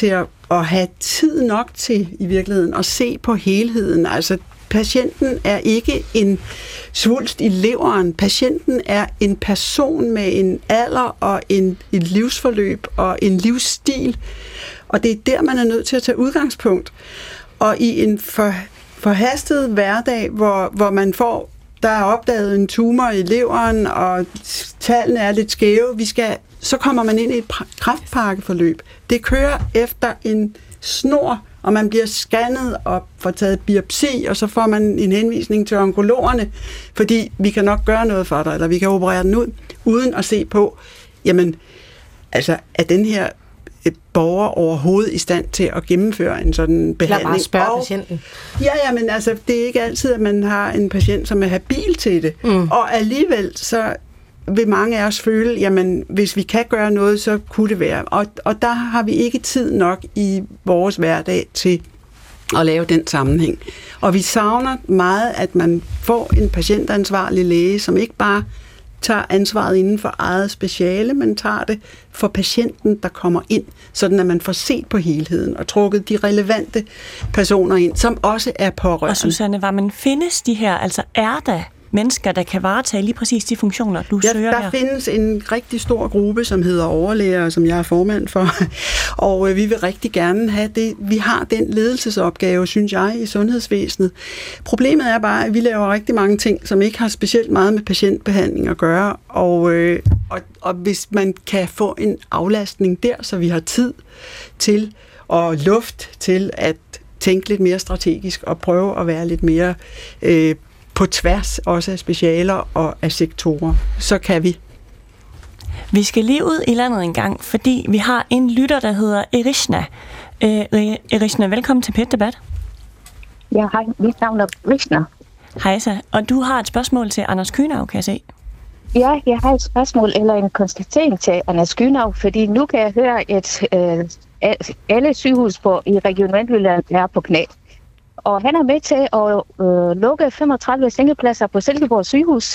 at have tid nok til i virkeligheden at se på helheden. Altså, patienten er ikke en svulst i leveren. Patienten er en person med en alder og et livsforløb og en livsstil. Og det er der, man er nødt til at tage udgangspunkt. Og i en forhastet hverdag, hvor man der er opdaget en tumor i leveren, og tallene er lidt skæve, så kommer man ind i et kræftpakkeforløb. Det kører efter en snor, og man bliver scannet og får taget biopsi, og så får man en henvisning til onkologerne, fordi vi kan nok gøre noget for dig, eller vi kan operere den ud, uden at se på, jamen, altså, er den her borger overhovedet i stand til at gennemføre en sådan behandling. Lad bare spørge patienten. Ja, men altså, det er ikke altid, at man har en patient, som er habil til det. Og alligevel, så vil mange af os føle, jamen, hvis vi kan gøre noget, så kunne det være. Og der har vi ikke tid nok i vores hverdag til at lave den sammenhæng. Og vi savner meget, at man får en patientansvarlig læge, som ikke bare tager ansvaret inden for eget speciale, men tager det for patienten, der kommer ind, sådan at man får set på helheden og trukket de relevante personer ind, som også er pårørende. Og Susanne, hvor man findes de her, altså er der mennesker, der kan varetage lige præcis de funktioner, du søger der her? Findes en rigtig stor gruppe, som hedder overlæger, som jeg er formand for, og vi vil rigtig gerne have det. Vi har den ledelsesopgave, synes jeg, i sundhedsvæsenet. Problemet er bare, at vi laver rigtig mange ting, som ikke har specielt meget med patientbehandling at gøre, og hvis man kan få en aflastning der, så vi har tid til og luft til at tænke lidt mere strategisk og prøve at være lidt mere på tværs også af specialer og af sektorer, så kan vi. Vi skal lige ud i landet en gang, fordi vi har en lytter, der hedder Erishna. Erishna, velkommen til Pet Debat. Ja, hej. Mit navn er Erishna. Hej så. Og du har et spørgsmål til Anders Kühnau, kan jeg se. Ja, jeg har et spørgsmål eller en konstatering til Anders Kühnau, fordi nu kan jeg høre, at alle sygehus i Region Midtjylland er på knæ. Og han er med til at lukke 35 sengepladser på Silkeborg sygehus.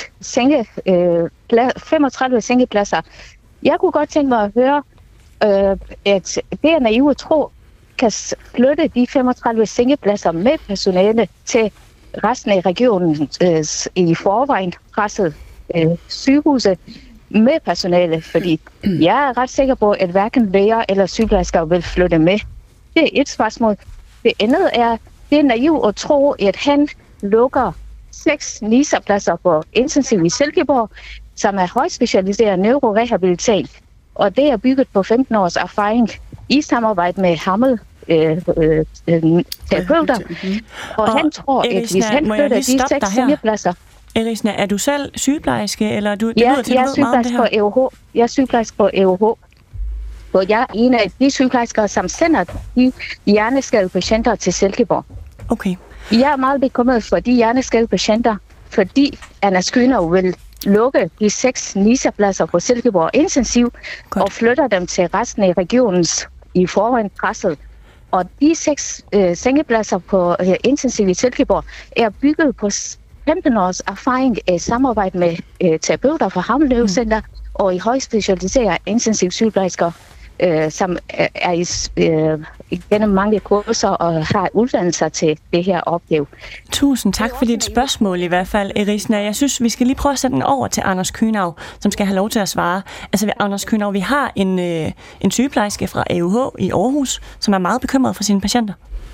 35 sengepladser. Jeg kunne godt tænke mig at høre, at det er naivt at tro, kan flytte de 35 sengepladser med personale til resten af regionen i forvejen presset sygehuse med personale. Fordi jeg er ret sikker på, at hverken læger eller sygeplejersker vil flytte med. Det er et spørgsmål. Det andet er, det er naivt at tro, at han lukker 6 NISA-pladser på intensiv i Silkeborg, som er højt specialiseret neurorehabilitering. Og det er bygget på 15 års erfaring i samarbejde med Hammel terapeuter. Og han tror, at hvis han flytter de 6 sengepladser... Erishna, er du selv sygeplejerske, eller du? Ja, jeg er sygeplejerske på EUH. Jeg er sygeplejerske på EUH. Og jeg er en af de sygeplejersker, som sender de hjerneskadede patienter til Silkeborg. Okay. Jeg er meget bekymret for de hjerneskadede patienter, fordi Anders Kühnau vil lukke de 6 NISA-pladser på Silkeborg intensiv og flytter dem til resten af regionens i forvejen presset. Og de 6 sengepladser på intensiv i Silkeborg er bygget på 15 års erfaring af samarbejde med terapeuter fra Hammel Neurocenter og i højt specialiserede intensiv sygeplejersker, som er gennem mange kurser og har uddannet sig til det her opgave. Tusind tak for dit spørgsmål i hvert fald, Erishna. Jeg synes, vi skal lige prøve at sætte den over til Anders Kühnau, som skal have lov til at svare. Altså, Anders Kühnau, vi har en sygeplejerske fra EUH i Aarhus, som er meget bekymret for sine patienter.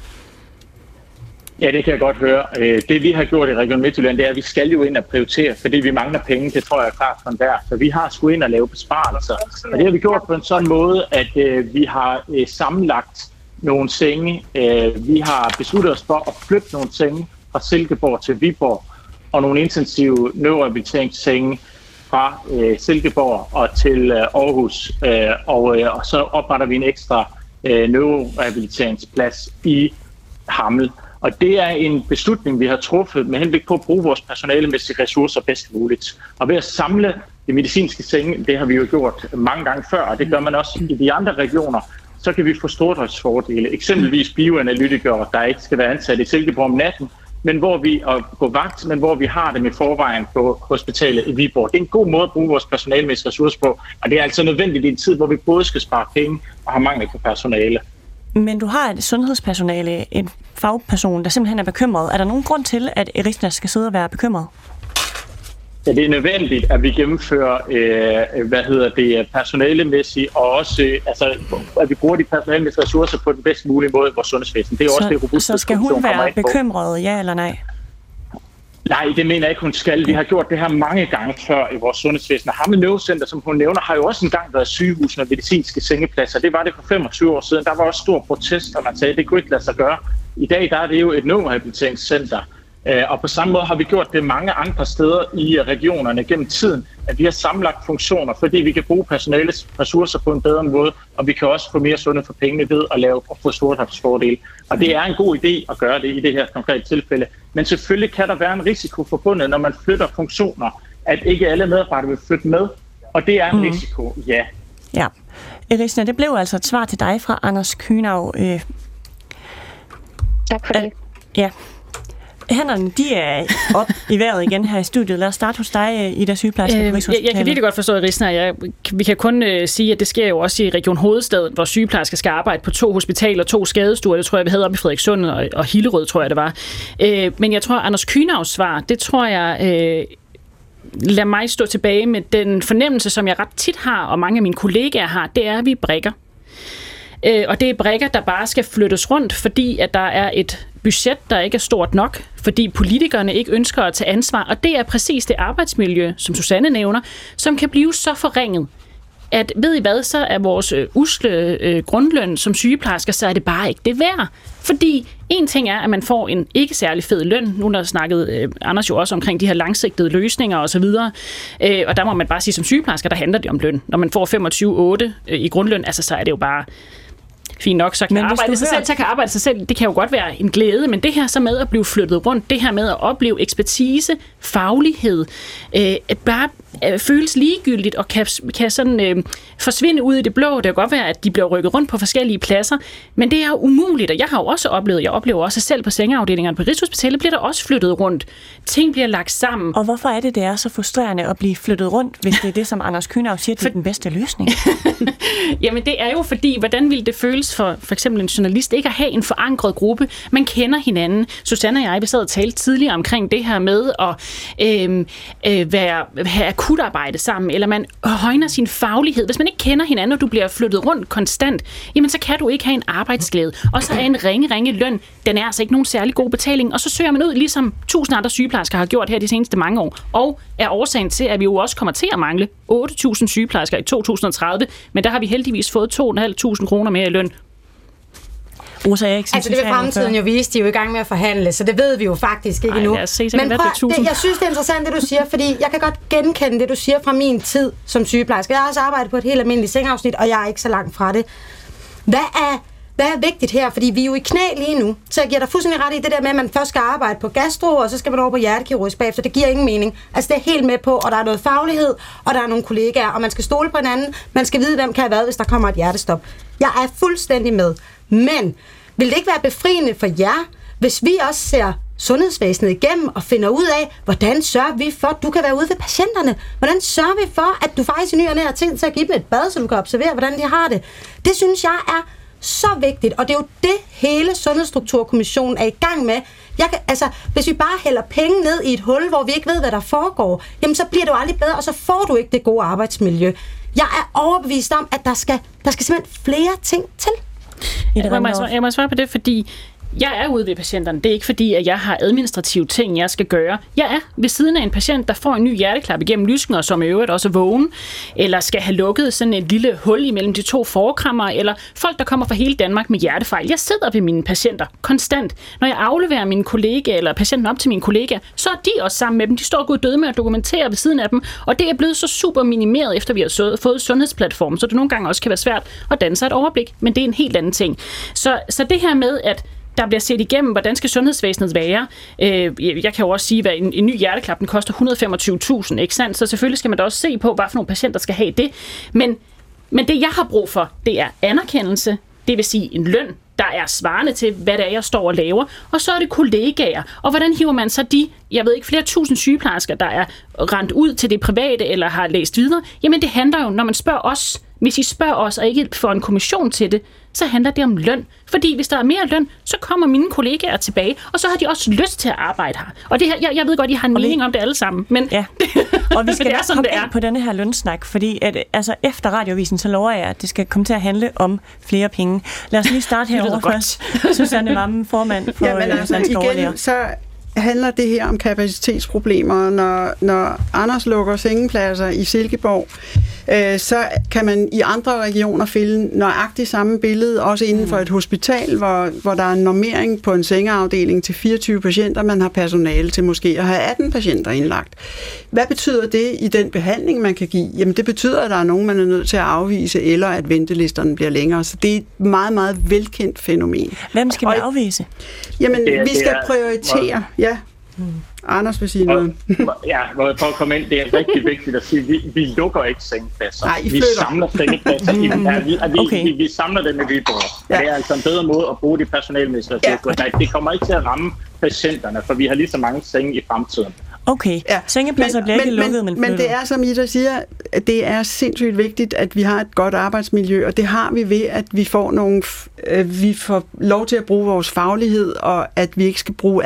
Ja, det kan jeg godt høre. Det vi har gjort i Region Midtjylland, det er, at vi skal jo ind og prioritere, fordi vi mangler penge. Det tror jeg er klart fra der. Så vi har skulle ind og lave besparelser. Og det har vi gjort på en sådan måde, at vi har sammenlagt nogle senge. Vi har besluttet os for at flytte nogle senge fra Silkeborg til Viborg, og nogle intensive neurorehabiliteringssenge fra Silkeborg og til Aarhus. Og så opretter vi en ekstra neurorehabiliteringsplads i Hammel. Og det er en beslutning, vi har truffet med henblik på at bruge vores personalemæssige ressourcer bedst muligt. Og ved at samle de medicinske senge, det har vi jo gjort mange gange før, og det gør man også i de andre regioner, så kan vi få stordriftsfordele. Eksempelvis bioanalytikere, der ikke skal være ansat i Silkeborg om natten, men hvor vi på vagt, men hvor vi har dem i forvejen på hospitalet i Viborg. Det er en god måde at bruge vores personalemæssige ressourcer på, og det er altså nødvendigt i en tid, hvor vi både skal spare penge og har mangel på personale. Men du har et sundhedspersonale, en fagperson, der simpelthen er bekymret. Er der nogen grund til, at Erisna skal sidde og være bekymret? Ja, det er nødvendigt, at vi gennemfører personalemæssigt, og også at vi bruger de personalemæssige ressourcer på den bedst mulige måde i vores sundhedsvæsen. Det er også det robuste. Så skal hun være bekymret, ja eller nej? Nej, det mener jeg ikke, hun skal. Vi har gjort det her mange gange før i vores sundhedsvæsen. Hammel Neurocenter, som hun nævner, har jo også engang været sygehus med medicinske sengepladser. Det var det for 25 år siden. Der var også stor protest, og man sagde, at det kunne ikke lade sig gøre. I dag der er det jo et neurorehabiliteringscenter. Og på samme måde har vi gjort det mange andre steder i regionerne gennem tiden, at vi har sammenlagt funktioner, fordi vi kan bruge personalets ressourcer på en bedre måde, og vi kan også få mere sundhed for pengene ved at få stordriftsfordele. Og det er en god idé at gøre det i det her konkrete tilfælde. Men selvfølgelig kan der være en risiko forbundet, når man flytter funktioner, at ikke alle medarbejdere vil flytte med. Og det er en risiko, ja. Ja. Erisna, det blev altså et svar til dig fra Anders Kühnau. Tak for det. Ja. Hænderne, de er op i vejret igen her i studiet. Lad os starte hos dig, Ida Sygeplejerske på Rigshospitalet. Jeg kan virkelig godt forstå, Erisna. Vi kan kun sige, at det sker jo også i Region Hovedstaden, hvor sygeplejersker skal arbejde på 2 hospitaler, 2 skadestuer. Det tror jeg, vi havde oppe i Frederikssund og Hillerød, tror jeg, det var. Men jeg tror, Anders Kühnaus svar, det tror jeg... lad mig stå tilbage med den fornemmelse, som jeg ret tit har, og mange af mine kollegaer har, det er, at vi er brikker. Og det er brikker, der bare skal flyttes rundt, fordi at der er et budget, der ikke er stort nok, fordi politikerne ikke ønsker at tage ansvar. Og det er præcis det arbejdsmiljø, som Susanne nævner, som kan blive så forringet, at ved I hvad, så er vores usle grundløn som sygeplejersker, så er det bare ikke det værd. Fordi en ting er, at man får en ikke særlig fed løn. Nu har snakket Anders jo også omkring de her langsigtede løsninger osv. Og der må man bare sige, som sygeplejersker, der handler det om løn. Når man får 25,8 i grundløn, altså så er det jo bare... fint nok, så kan arbejde sig selv, det kan jo godt være en glæde, men det her så med at blive flyttet rundt, det her med at opleve ekspertise, faglighed, at bare føles ligegyldigt og kan sådan forsvinde ud i det blå. Det kan godt være, at de bliver rykket rundt på forskellige pladser, men det er jo umuligt, og jeg har jo også oplevet, jeg oplever også selv på sengeafdelingerne på Rigshospitalet, bliver der også flyttet rundt. Ting bliver lagt sammen. Og hvorfor er det er så frustrerende at blive flyttet rundt, hvis det er det, som Anders Kühnau siger, det er den bedste løsning? Jamen det er jo fordi, hvordan ville det føles for eksempel en journalist ikke at have en forankret gruppe? Man kender hinanden. Susanne og jeg, vi sad og talte tidligere omkring det her med at have akutarbejde sammen, eller man højner sin faglighed. Hvis man ikke kender hinanden, og du bliver flyttet rundt konstant, jamen så kan du ikke have en arbejdsglæde. Og så er en ringe løn, den er altså ikke nogen særlig god betaling, og så søger man ud, ligesom 1000 andre sygeplejersker har gjort her de seneste mange år, og er årsagen til, at vi jo også kommer til at mangle 8.000 sygeplejersker i 2030, men der har vi heldigvis fået 2.500 kroner mere i løn. Rosa Eriksen, altså det vil fremtiden jo vise, de er jo i gang med at forhandle, så det ved vi jo faktisk ikke endnu. Men jeg synes, det er interessant, det du siger, fordi jeg kan godt genkende det, du siger fra min tid som sygeplejerske. Jeg har også arbejdet på et helt almindeligt sengeafsnit, og jeg er ikke så langt fra det. Hvad er vigtigt her? Fordi vi er jo i knæ lige nu, så jeg giver dig fuldstændig ret i det der med, at man først skal arbejde på gastro, og så skal man over på hjertekirurgisk bagefter. Det giver ingen mening. Altså det er helt med på, og der er noget faglighed, og der er nogle kollegaer, og man skal stole på hinanden. Man skal vide, hvem kan have hvad, hvis der kommer et hjertestop. Jeg er fuldstændig med. Men vil det ikke være befriende for jer, hvis vi også ser sundhedsvæsenet igennem og finder ud af, hvordan sørger vi for, at du kan være ude ved patienterne? Hvordan sørger vi for, at du faktisk i ny og næ har tid til at give dem et bad, så du kan observere, hvordan de har det? Det synes jeg er så vigtigt, og det er jo det, hele Sundhedsstrukturkommissionen er i gang med. Hvis vi bare hælder penge ned i et hul, hvor vi ikke ved, hvad der foregår, jamen så bliver det jo aldrig bedre, og så får du ikke det gode arbejdsmiljø. Jeg er overbevist om, at der skal simpelthen flere ting til. Jeg må svare på det, fordi jeg er ude ved patienterne. Det er ikke fordi, at jeg har administrative ting, jeg skal gøre. Jeg er ved siden af en patient, der får en ny hjerteklap igennem lysken, og som i øvrigt også er vågen, eller skal have lukket sådan et lille hul imellem de 2 forkrammer, eller folk, der kommer fra hele Danmark med hjertefejl. Jeg sidder ved mine patienter konstant. Når jeg afleverer mine kollegaer, eller patienten op til mine kollegaer, så er de også sammen med dem. De står gud døde med at dokumentere ved siden af dem, og det er blevet så super minimeret, efter vi har fået sundhedsplatformen, så det nogle gange også kan være svært at danne sig et overblik, men det er en helt anden ting. Så det her med, at der bliver set igennem, hvordan skal sundhedsvæsenet være. Jeg kan jo også sige, at en ny hjerteklap, den koster 125.000, ikke sandt? Så selvfølgelig skal man da også se på, hvad for nogle patienter skal have det. Men det, jeg har brug for, det er anerkendelse, det vil sige en løn, der er svarende til, hvad det er, jeg står og laver. Og så er det kollegaer. Og hvordan hiver man så flere tusind sygeplejersker, der er rendt ud til det private eller har læst videre? Jamen det handler jo, når man spørger os, Hvis I spørger os og ikke får en kommission til det, så handler det om løn. Fordi hvis der er mere løn, så kommer mine kollegaer tilbage, og så har de også lyst til at arbejde her. Og det her, jeg ved godt, I har en mening om det alle sammen, men ja. Og vi skal det er, komme ind på denne her lønsnak, fordi at, altså, efter Radioavisen, så lover jeg, at det skal komme til at handle om flere penge. Lad os lige starte herovre først. Susanne Vammen, formand for Danske Overlæger. Så handler det her om kapacitetsproblemer. Når Anders lukker sengepladser i Silkeborg, så kan man i andre regioner finde nøjagtigt samme billede, også inden for et hospital, hvor der er en normering på en sengeafdeling til 24 patienter, man har personale til måske at have 18 patienter indlagt. Hvad betyder det i den behandling, man kan give? Jamen det betyder, at der er nogen, man er nødt til at afvise, eller at ventelisterne bliver længere. Så det er et meget, meget velkendt fænomen. Hvem skal vi afvise? Jamen, vi skal prioritere. Ja. Anders vil sige noget. For at komme ind, det er rigtig vigtigt at sige, vi lukker ikke sengepladser. Nej, vi samler sengepladser. Vi samler dem i Viborg. Ja. Det er altså en bedre måde at bruge de personalmæssige ressourcer. Ja. Det kommer ikke til at ramme patienterne, for vi har lige så mange senge i fremtiden. Okay, sengepladser bliver ikke lukket, men det er, som Ida siger, det er sindssygt vigtigt, at vi har et godt arbejdsmiljø, og det har vi ved, at vi får lov til at bruge vores faglighed, og at vi ikke skal bruge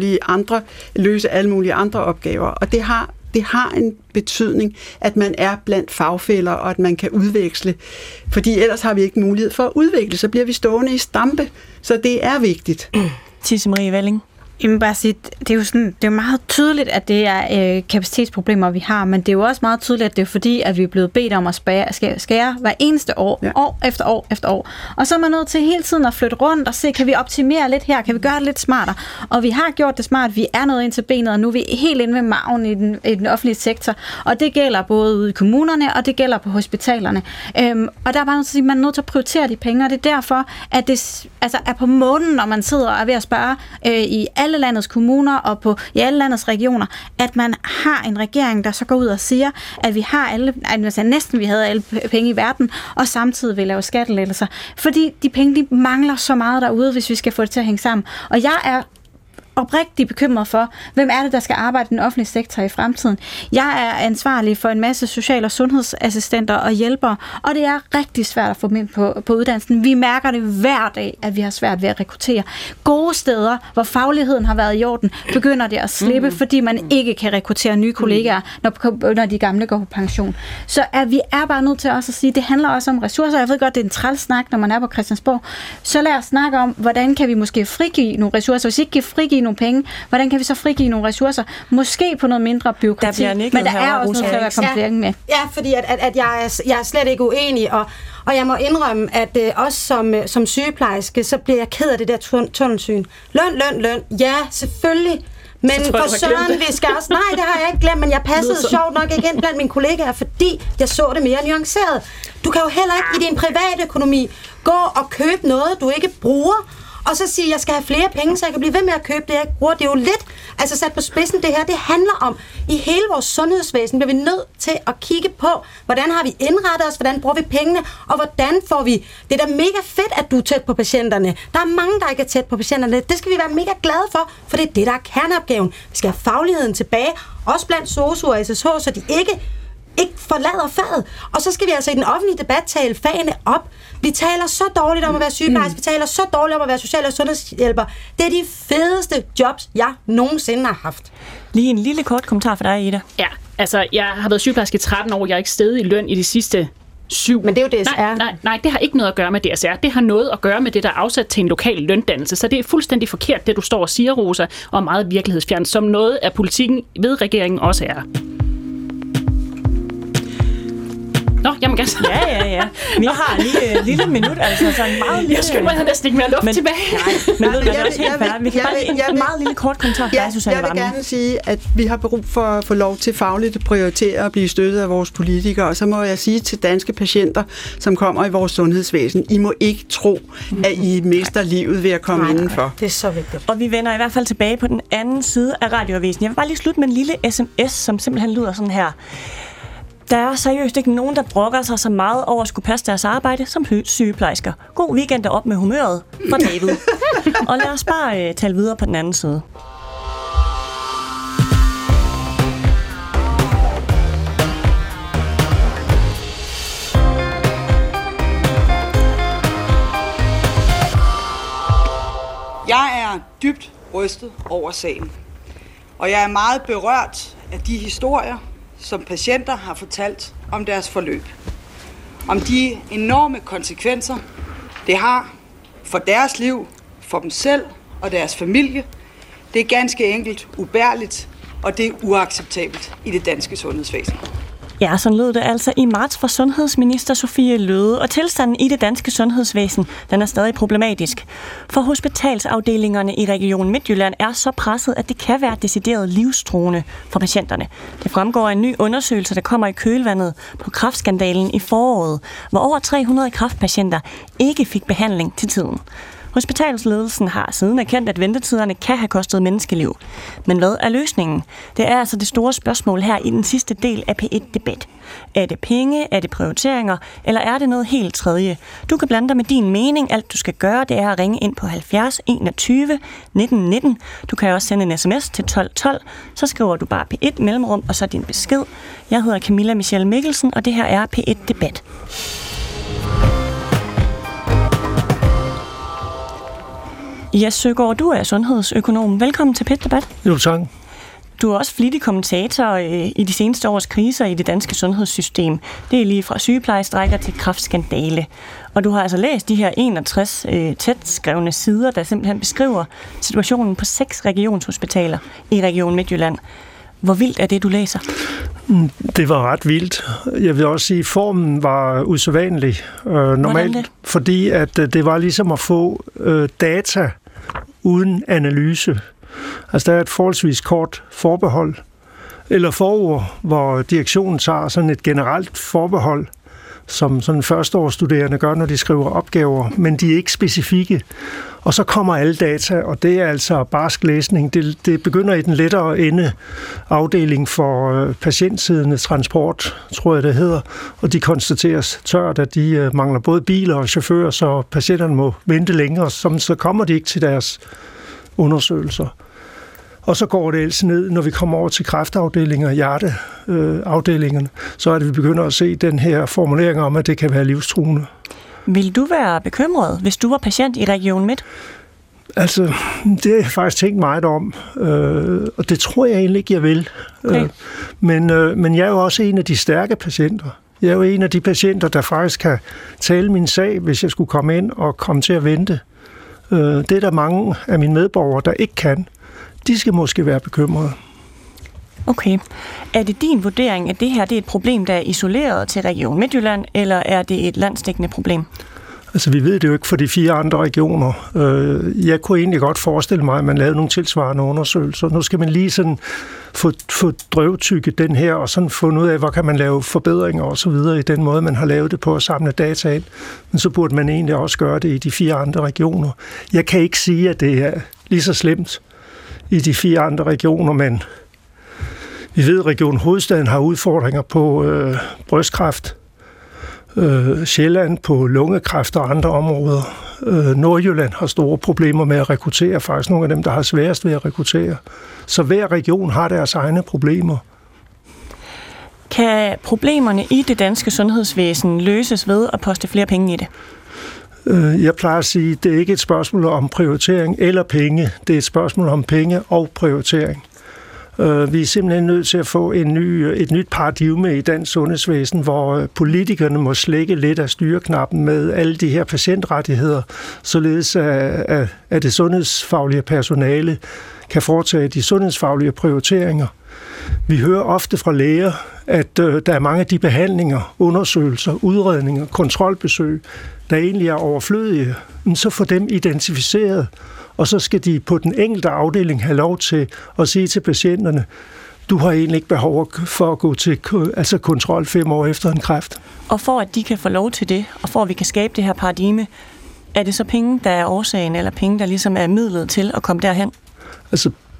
løse alle mulige andre opgaver. Og det har en betydning, at man er blandt fagfæller, og at man kan udveksle. Fordi ellers har vi ikke mulighed for at udvikle, så bliver vi stående i stampe. Så det er vigtigt. Tisse Marie Velling. Jeg vil bare sige, det er jo meget tydeligt, at det er kapacitetsproblemer, vi har, men det er jo også meget tydeligt, at det er fordi, at vi er blevet bedt om at skære hver eneste år, år efter år efter år. Og så er man nødt til hele tiden at flytte rundt og se, kan vi optimere lidt her, kan vi gøre det lidt smartere? Og vi har gjort det smart, vi er nået ind til benet, og nu er vi helt inde ved maven i den offentlige sektor. Og det gælder både ude i kommunerne, og det gælder på hospitalerne. Og der er bare nødt til at sige, man er nødt til at prioritere de penge, og det er derfor, at det er på månen, når man sidder og er ved at spare i alle landets kommuner og i alle landets regioner, at man har en regering, der så går ud og siger, at vi har næsten vi havde alle penge i verden, og samtidig vil lave skattelettelser. Fordi de penge, de mangler så meget derude, hvis vi skal få det til at hænge sammen. Og jeg er oprigtigt bekymret for, hvem er det, der skal arbejde i den offentlige sektor i fremtiden. Jeg er ansvarlig for en masse social- og sundhedsassistenter og hjælpere, og det er rigtig svært at få dem ind på uddannelsen. Vi mærker det hver dag, at vi har svært ved at rekruttere. Gode steder, hvor fagligheden har været i orden, begynder det at slippe, fordi man ikke kan rekruttere nye kollegaer, når de gamle går på pension. Så vi er bare nødt til også at sige, at det handler også om ressourcer. Jeg ved godt, det er en træls snak, når man er på Christiansborg. Så lad os snakke om, hvordan kan vi måske frigive nogle ressourcer. Hvis ikke kan frigive nogle penge, hvordan kan vi så frigive nogle ressourcer? Måske på noget mindre bureaukrati, men der er også noget til at være komplering med. Ja, fordi at jeg er slet ikke uenig, og jeg må indrømme, at også som sygeplejerske, så bliver jeg ked af det der tunnelsyn. Løn. Ja, selvfølgelig. Men for søren, vi skal også... Nej, det har jeg ikke glemt, men jeg passede sjovt nok igen blandt mine kollegaer, fordi jeg så det mere nuanceret. Du kan jo heller ikke i din private økonomi gå og købe noget, du ikke bruger, og så sige, at jeg skal have flere penge, så jeg kan blive ved med at købe det, jeg bruger. Det er jo lidt sat på spidsen, det her. Det handler om, i hele vores sundhedsvæsen bliver vi nødt til at kigge på, hvordan har vi indrettet os, hvordan bruger vi pengene, og hvordan får vi... Det er da mega fedt, at du er tæt på patienterne. Der er mange, der ikke er tæt på patienterne. Det skal vi være mega glade for, for det er det, der er kerneopgaven. Vi skal have fagligheden tilbage, også blandt SOSU og SSH, så de ikke forlader faget. Og så skal vi altså i den offentlige debat tale fagene op. Vi taler så dårligt om at være sygeplejerske, vi taler så dårligt om at være social- og sundhedshjælper. Det er de fedeste jobs, jeg nogensinde har haft. Lige en lille kort kommentar for dig, Ida. Ja, altså jeg har været sygeplejerske i 13 år, jeg er ikke steget i løn i de sidste 7. Men det er jo DSR. Nej, det har ikke noget at gøre med DSR. Det har noget at gøre med det, der er afsat til en lokal løndannelse. Så det er fuldstændig forkert, det du står og siger, Rosa, og meget virkelighedsfjernt, som noget af politikken ved regeringen også er. Nå, jamen gas. Ja. Vi har lige et lille minut, altså så en meget lille... Jeg skulle have næsten ikke mere luft tilbage. Nej, men ved du, det er også helt færdigt. Vi kan bare en meget lille kort kommentar fra Susanne Vammen. Jeg vil gerne sige, at vi har brug for at få lov til fagligt at prioritere og blive støttet af vores politikere, og så må jeg sige til danske patienter, som kommer i vores sundhedsvæsen, I må ikke tro, at I mister livet ved at komme indenfor. Det er så vigtigt. Og vi vender i hvert fald tilbage på den anden side af Radioavisen. Jeg vil bare lige slutte med en lille sms, som simpelthen lyder sådan her. Der er seriøst ikke nogen, der brokker sig så meget over at skulle passe deres arbejde som sygeplejersker. God weekend op med humøret fra David. Og lad os bare tale videre på den anden side. Jeg er dybt rystet over sagen, og jeg er meget berørt af de historier, som patienter har fortalt om deres forløb. Om de enorme konsekvenser, det har for deres liv, for dem selv og deres familie. Det er ganske enkelt ubærligt, og det er uacceptabelt i det danske sundhedsvæsen. Ja, sådan lød det altså i marts fra sundhedsminister Sophie Løhde, og tilstanden i det danske sundhedsvæsen, den er stadig problematisk. For hospitalsafdelingerne i Region Midtjylland er så presset, at det kan være decideret livstruende for patienterne. Det fremgår af en ny undersøgelse, der kommer i kølvandet på kræftskandalen i foråret, hvor over 300 kræftpatienter ikke fik behandling til tiden. Hospitalsledelsen har siden erkendt, at ventetiderne kan have kostet menneskeliv. Men hvad er løsningen? Det er altså det store spørgsmål her i den sidste del af P1-debat. Er det penge, er det prioriteringer, eller er det noget helt tredje? Du kan blande dig med din mening. Alt du skal gøre, det er at ringe ind på 70 21 19 19. Du kan også sende en sms til 12 12. Så skriver du bare P1 mellemrum, og så din besked. Jeg hedder Camilla Michelle Mikkelsen, og det her er P1-debat. Jes Søgaard, du er sundhedsøkonom. Velkommen til P1-debat. Jo, tak. Du er også flittig kommentator i de seneste års kriser i det danske sundhedssystem. Det er lige fra sygeplejestrækker til kræftskandale. Og du har altså læst de her 61 tæt skrevne sider, der simpelthen beskriver situationen på 6 regionshospitaler i Region Midtjylland. Hvor vildt er det, du læser? Det var ret vildt. Jeg vil også sige, at formen var usædvanlig normalt, fordi at det var ligesom at få data uden analyse. Altså der er et forholdsvis kort forbehold, eller forord, hvor direktionen tager sådan et generelt forbehold, som sådan førsteårsstuderende gør, når de skriver opgaver, men de er ikke specifikke. Og så kommer alle data, og det er altså barsk læsning. Det begynder i den lettere ende afdeling for patientsiddende transport, tror jeg det hedder, og de konstateres tørt, at de mangler både biler og chauffører, så patienterne må vente længere, så kommer de ikke til deres undersøgelser. Og så går det ellers ned, når vi kommer over til kræftafdelinger og hjerteafdelingerne, så er det, vi begynder at se den her formulering om, at det kan være livstruende. Vil du være bekymret, hvis du var patient i Region Midt? Altså, det har jeg faktisk tænkt meget om, og det tror jeg egentlig ikke, jeg vil. Okay. Men jeg er jo også en af de stærke patienter. Jeg er jo en af de patienter, der faktisk kan tale min sag, hvis jeg skulle komme ind og komme til at vente. Det er der mange af mine medborgere, der ikke kan. De skal måske være bekymrede. Okay. Er det din vurdering, at det her det er et problem, der er isoleret til Region Midtjylland, eller er det et landsdækkende problem? Altså, vi ved det jo ikke for de 4 andre regioner. Jeg kunne egentlig godt forestille mig, at man lavede nogle tilsvarende undersøgelser. Nu skal man lige sådan få drøvtykket den her, og sådan fundet ud af, hvor kan man lave forbedringer og så videre i den måde, man har lavet det på at samle data ind. Men så burde man egentlig også gøre det i de 4 andre regioner. Jeg kan ikke sige, at det er lige så slemt i de 4 andre regioner, men vi ved, at Region Hovedstaden har udfordringer på brystkræft, Sjælland på lungekræft og andre områder. Nordjylland har store problemer med at rekruttere, faktisk nogle af dem, der har sværest ved at rekruttere. Så hver region har deres egne problemer. Kan problemerne i det danske sundhedsvæsen løses ved at poste flere penge i det? Jeg plejer at sige, at det er ikke et spørgsmål om prioritering eller penge. Det er et spørgsmål om penge og prioritering. Vi er simpelthen nødt til at få et nyt paradigme i dansk sundhedsvæsen, hvor politikerne må slække lidt af styreknappen med alle de her patientrettigheder, således at det sundhedsfaglige personale kan foretage de sundhedsfaglige prioriteringer. Vi hører ofte fra læger, at der er mange af de behandlinger, undersøgelser, udredninger, kontrolbesøg, der egentlig er overflødige, så får dem identificeret, og så skal de på den enkelte afdeling have lov til at sige til patienterne, du har egentlig ikke behov for at gå til kontrol 5 år efter en kræft. Og for at de kan få lov til det, og for at vi kan skabe det her paradigme, er det så penge, der er årsagen, eller penge, der ligesom er midlet til at komme derhen? Altså,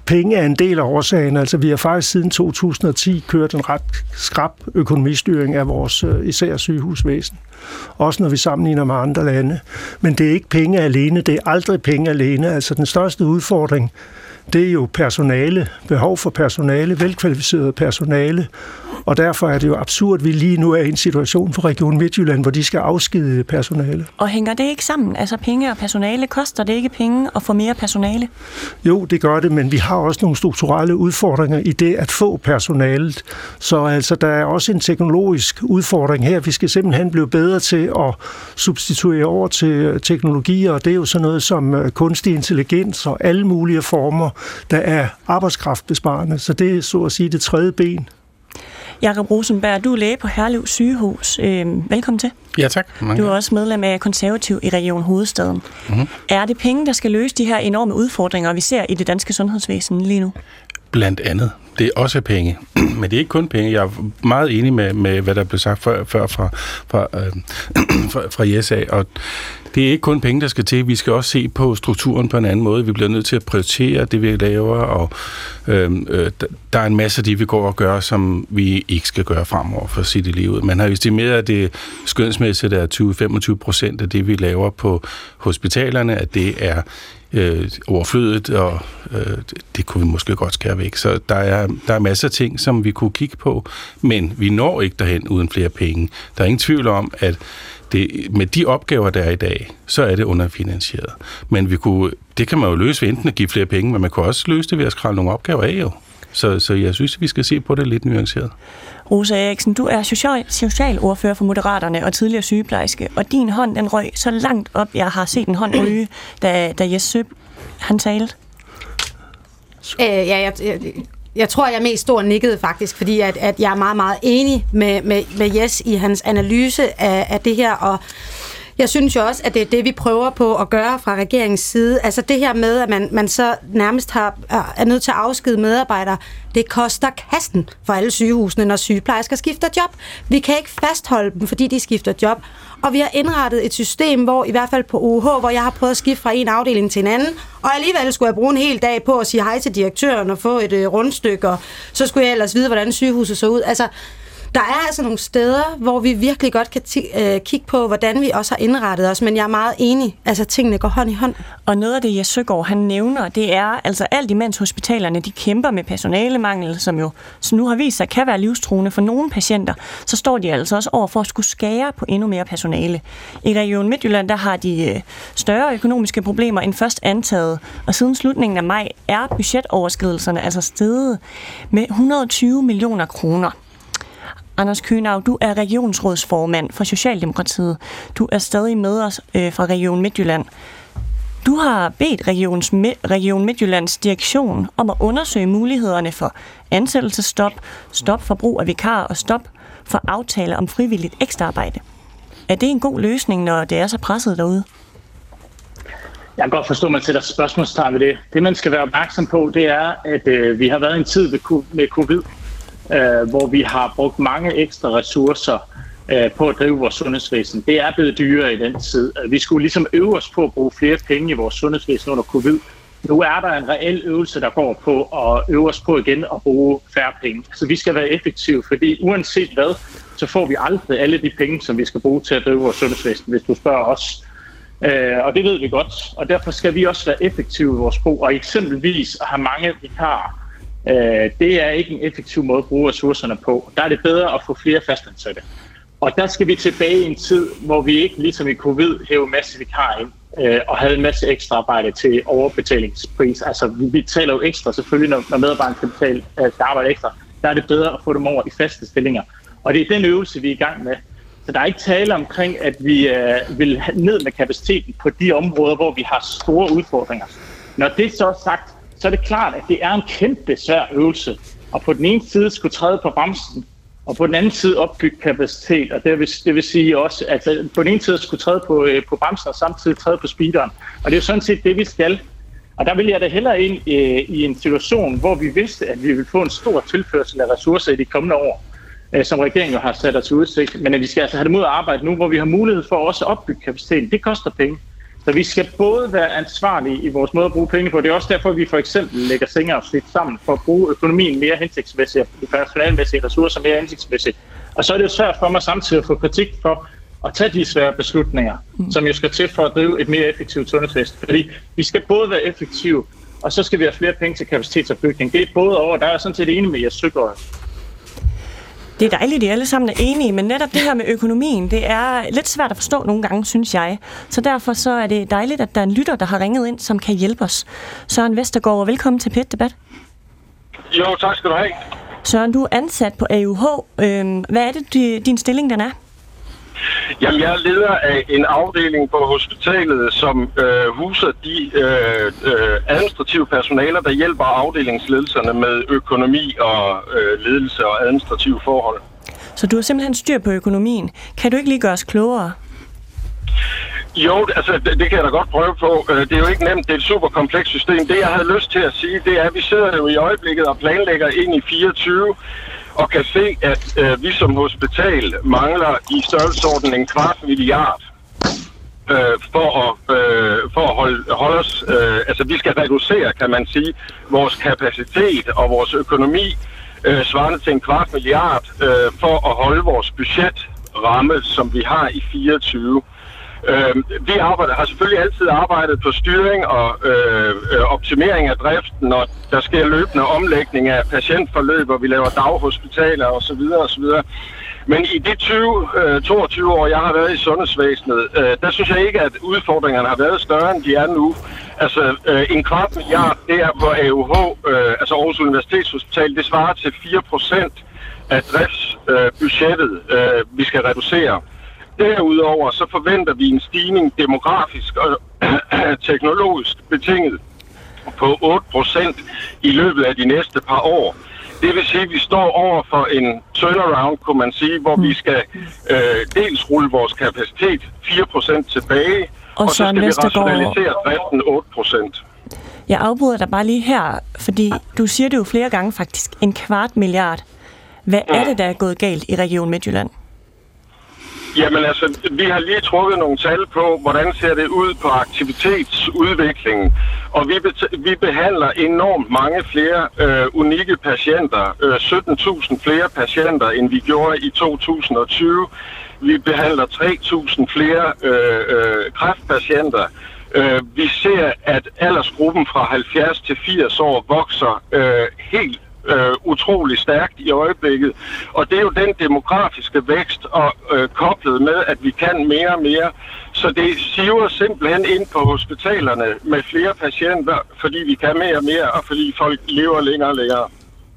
penge er en del af årsagen. Altså, vi har faktisk siden 2010 kørt en ret skrap økonomistyring af vores især sygehusvæsen. Også når vi sammenligner med andre lande. Men det er ikke penge alene. Det er aldrig penge alene. Altså, den største udfordring, det er jo personale. Behov for personale, velkvalificeret personale. Og derfor er det jo absurd, at vi lige nu er i en situation for Region Midtjylland, hvor de skal afskedige personale. Og hænger det ikke sammen? Altså penge og personale, koster det ikke penge at få mere personale? Jo, det gør det, men vi har også nogle strukturelle udfordringer i det at få personalet. Så altså, der er også en teknologisk udfordring her. Vi skal simpelthen blive bedre til at substituere over til teknologier, og det er jo sådan noget som kunstig intelligens og alle mulige former, der er arbejdskraftbesparende. Så det er så at sige det tredje ben. Jakob Rosenberg, du er læge på Herlev Sygehus. Velkommen til. Ja, tak. Du er også medlem af Konservativ i Region Hovedstaden. Mm-hmm. Er det penge, der skal løse de her enorme udfordringer, vi ser i det danske sundhedsvæsen lige nu? Blandt andet. Det er også penge. Men det er ikke kun penge. Jeg er meget enig med hvad der blev sagt før fra JSA. Og det er ikke kun penge, der skal til. Vi skal også se på strukturen på en anden måde. Vi bliver nødt til at prioritere det, vi laver, og der er en masse af det, vi går og gør, som vi ikke skal gøre fremover for at sige det lige ud. Man har estimeret, at det skønsmæssigt er 20-25% af det, vi laver på hospitalerne, at det er overflødet, og det kunne vi måske godt skære væk. Så der er masser af ting, som vi kunne kigge på, men vi når ikke derhen uden flere penge. Der er ingen tvivl om, at med de opgaver, der er i dag, så er det underfinansieret. Men det kan man jo løse ved enten at give flere penge, men man kan også løse det ved at skrælle nogle opgaver af jo. Så jeg synes, vi skal se på det lidt nuanceret. Rosa Eriksen, du er socialordfører for Moderaterne og tidligere sygeplejerske, og din hånd, den røg så langt op, jeg har set en hånd ryge, da Jes Søb, han talte. Jeg tror, jeg er mest stor nikket faktisk, fordi at jeg er meget, meget enig med Jes i hans analyse af det her, og jeg synes jo også, at det er det, vi prøver på at gøre fra regeringens side. Altså det her med, at man så nærmest er nødt til at afskede medarbejdere, det koster kassen for alle sygehusene, når sygeplejersker skifter job. Vi kan ikke fastholde dem, fordi de skifter job. Og vi har indrettet et system, hvor i hvert fald på UH, hvor jeg har prøvet at skifte fra en afdeling til en anden, og alligevel skulle jeg bruge en hel dag på at sige hej til direktøren og få et rundstykke, og så skulle jeg ellers vide, hvordan sygehuset så ud. Altså, der er altså nogle steder, hvor vi virkelig godt kan kigge på, hvordan vi også har indrettet os, men jeg er meget enig. Altså, tingene går hånd i hånd. Og noget af det, Jes Søgaard, han nævner, det er altså alt imens hospitalerne, de kæmper med personalemangel, som jo så nu har vist sig, kan være livstruende for nogle patienter, så står de altså også over for at skulle skære på endnu mere personale. I Region Midtjylland, der har de større økonomiske problemer end først antaget, og siden slutningen af maj er budgetoverskridelserne altså steget med 120 millioner kroner. Anders Kühnau, du er regionsrådsformand for Socialdemokratiet. Du er stadig med os fra Region Midtjylland. Du har bedt Region Midtjyllands direktion om at undersøge mulighederne for ansættelsesstop, stop for brug af vikar og stop for aftale om frivilligt ekstraarbejde. Er det en god løsning, når det er så presset derude? Jeg kan godt forstå, at man sætter spørgsmålstegn ved det. Det, man skal være opmærksom på, det er, at vi har været i en tid med covid, hvor vi har brugt mange ekstra ressourcer på at drive vores sundhedsvæsen. Det er blevet dyrere i den tid. Vi skulle ligesom øve os på at bruge flere penge i vores sundhedsvæsen under covid. Nu er der en reel øvelse, der går på at øve os på igen at bruge færre penge. Så vi skal være effektive, fordi uanset hvad, så får vi aldrig alle de penge, som vi skal bruge til at drive vores sundhedsvæsen, hvis du spørger os. Og det ved vi godt, og derfor skal vi også være effektive i vores brug. Og eksempelvis at have mange vikarer, det er ikke en effektiv måde at bruge ressourcerne på. Der er det bedre at få flere fastansatte. Og der skal vi tilbage i en tid, hvor vi ikke ligesom i covid hævde masse vikarer ind og havde en masse ekstra arbejde til overbetalingspris. Altså vi taler jo ekstra selvfølgelig, når medarbejderne skal arbejde ekstra. Der er det bedre at få dem over i faste stillinger. Og det er den øvelse, vi er i gang med. Så der er ikke tale omkring, at vi vil ned med kapaciteten på de områder, hvor vi har store udfordringer. Når det så er sagt, så er det klart, at det er en kæmpe svær øvelse. Og på den ene side skulle træde på bremsen, og på den anden side opbygge kapacitet. Og det vil sige også, at på den ene side skulle træde på bremsen, og samtidig træde på speederen. Og det er jo sådan set det, vi skal. Og der vil jeg da hellere ind i en situation, hvor vi vidste, at vi ville få en stor tilførsel af ressourcer i de kommende år, som regeringen jo har sat os i udsigt. Men at vi skal altså have dem ud at arbejde nu, hvor vi har mulighed for også at opbygge kapaciteten. Det koster penge. Så vi skal både være ansvarlige i vores måde at bruge penge på. Det er også derfor, vi for eksempel lægger sengeafsnit sammen for at bruge økonomien mere hensigtsmæssigt og personalmæssige ressourcer mere hensigtsmæssigt. Og så er det jo svært for mig samtidig at få kritik for at tage de svære beslutninger, som jo skal til for at drive et mere effektivt sundhedsvæsen. Fordi vi skal både være effektive, og så skal vi have flere penge til kapacitetsopbygning. Det er både over. Der er sådan set enig med jeres Søgaard. Det er dejligt, at I alle sammen er enige, men netop det her med økonomien, det er lidt svært at forstå nogle gange, synes jeg. Så derfor så er det dejligt, at der er en lytter, der har ringet ind, som kan hjælpe os. Søren Vestergaard, velkommen til P1 Debat. Jo, tak skal du have. Søren, du er ansat på AUH. Hvad er det, din stilling den er? Jamen, jeg er leder af en afdeling på hospitalet, som huser de administrative personaler, der hjælper afdelingsledelserne med økonomi og ledelse og administrative forhold. Så du har simpelthen styr på økonomien. Kan du ikke lige gøre os klogere? Jo, altså det kan jeg da godt prøve på. Det er jo ikke nemt. Det er et super komplekst system. Det, jeg havde lyst til at sige, det er, at vi sidder jo i øjeblikket og planlægger ind i 24, og kan se, at vi som hospital mangler i størrelsesordenen 250 milliard for at holde os... altså, vi skal reducere, kan man sige, vores kapacitet og vores økonomi svarende til 250 milliard for at holde vores budgetramme, som vi har i 24. Vi har selvfølgelig altid arbejdet på styring og optimering af driften, og der sker løbende omlægning af patientforløb, og vi laver daghospitaler osv. osv. Men i de 22 år, jeg har været i sundhedsvæsenet, der synes jeg ikke, at udfordringerne har været større, end de er nu. Altså, 250 milliard, det er på AUH, altså Aarhus Universitetshospital, det svarer til 4% af driftsbudgettet, vi skal reducere. Derudover så forventer vi en stigning demografisk og teknologisk betinget på 8% i løbet af de næste par år. Det vil sige, at vi står over for en turnaround, kunne man sige, hvor vi skal dels rulle vores kapacitet 4% tilbage, og så skal vi rationalisere driften 8%. Jeg afbryder dig bare lige her, fordi du siger det jo flere gange faktisk, 250 milliard. Hvad er det, der er gået galt i Region Midtjylland? Jamen altså, vi har lige trukket nogle tal på, hvordan ser det ud på aktivitetsudviklingen. Og vi behandler enormt mange flere unikke patienter. 17.000 flere patienter, end vi gjorde i 2020. Vi behandler 3.000 flere kræftpatienter. Vi ser, at aldersgruppen fra 70 til 80 år vokser helt utrolig stærkt i øjeblikket, og det er jo den demografiske vækst og koblet med, at vi kan mere og mere, så det siver simpelthen ind på hospitalerne med flere patienter, fordi vi kan mere og mere, og fordi folk lever længere og længere.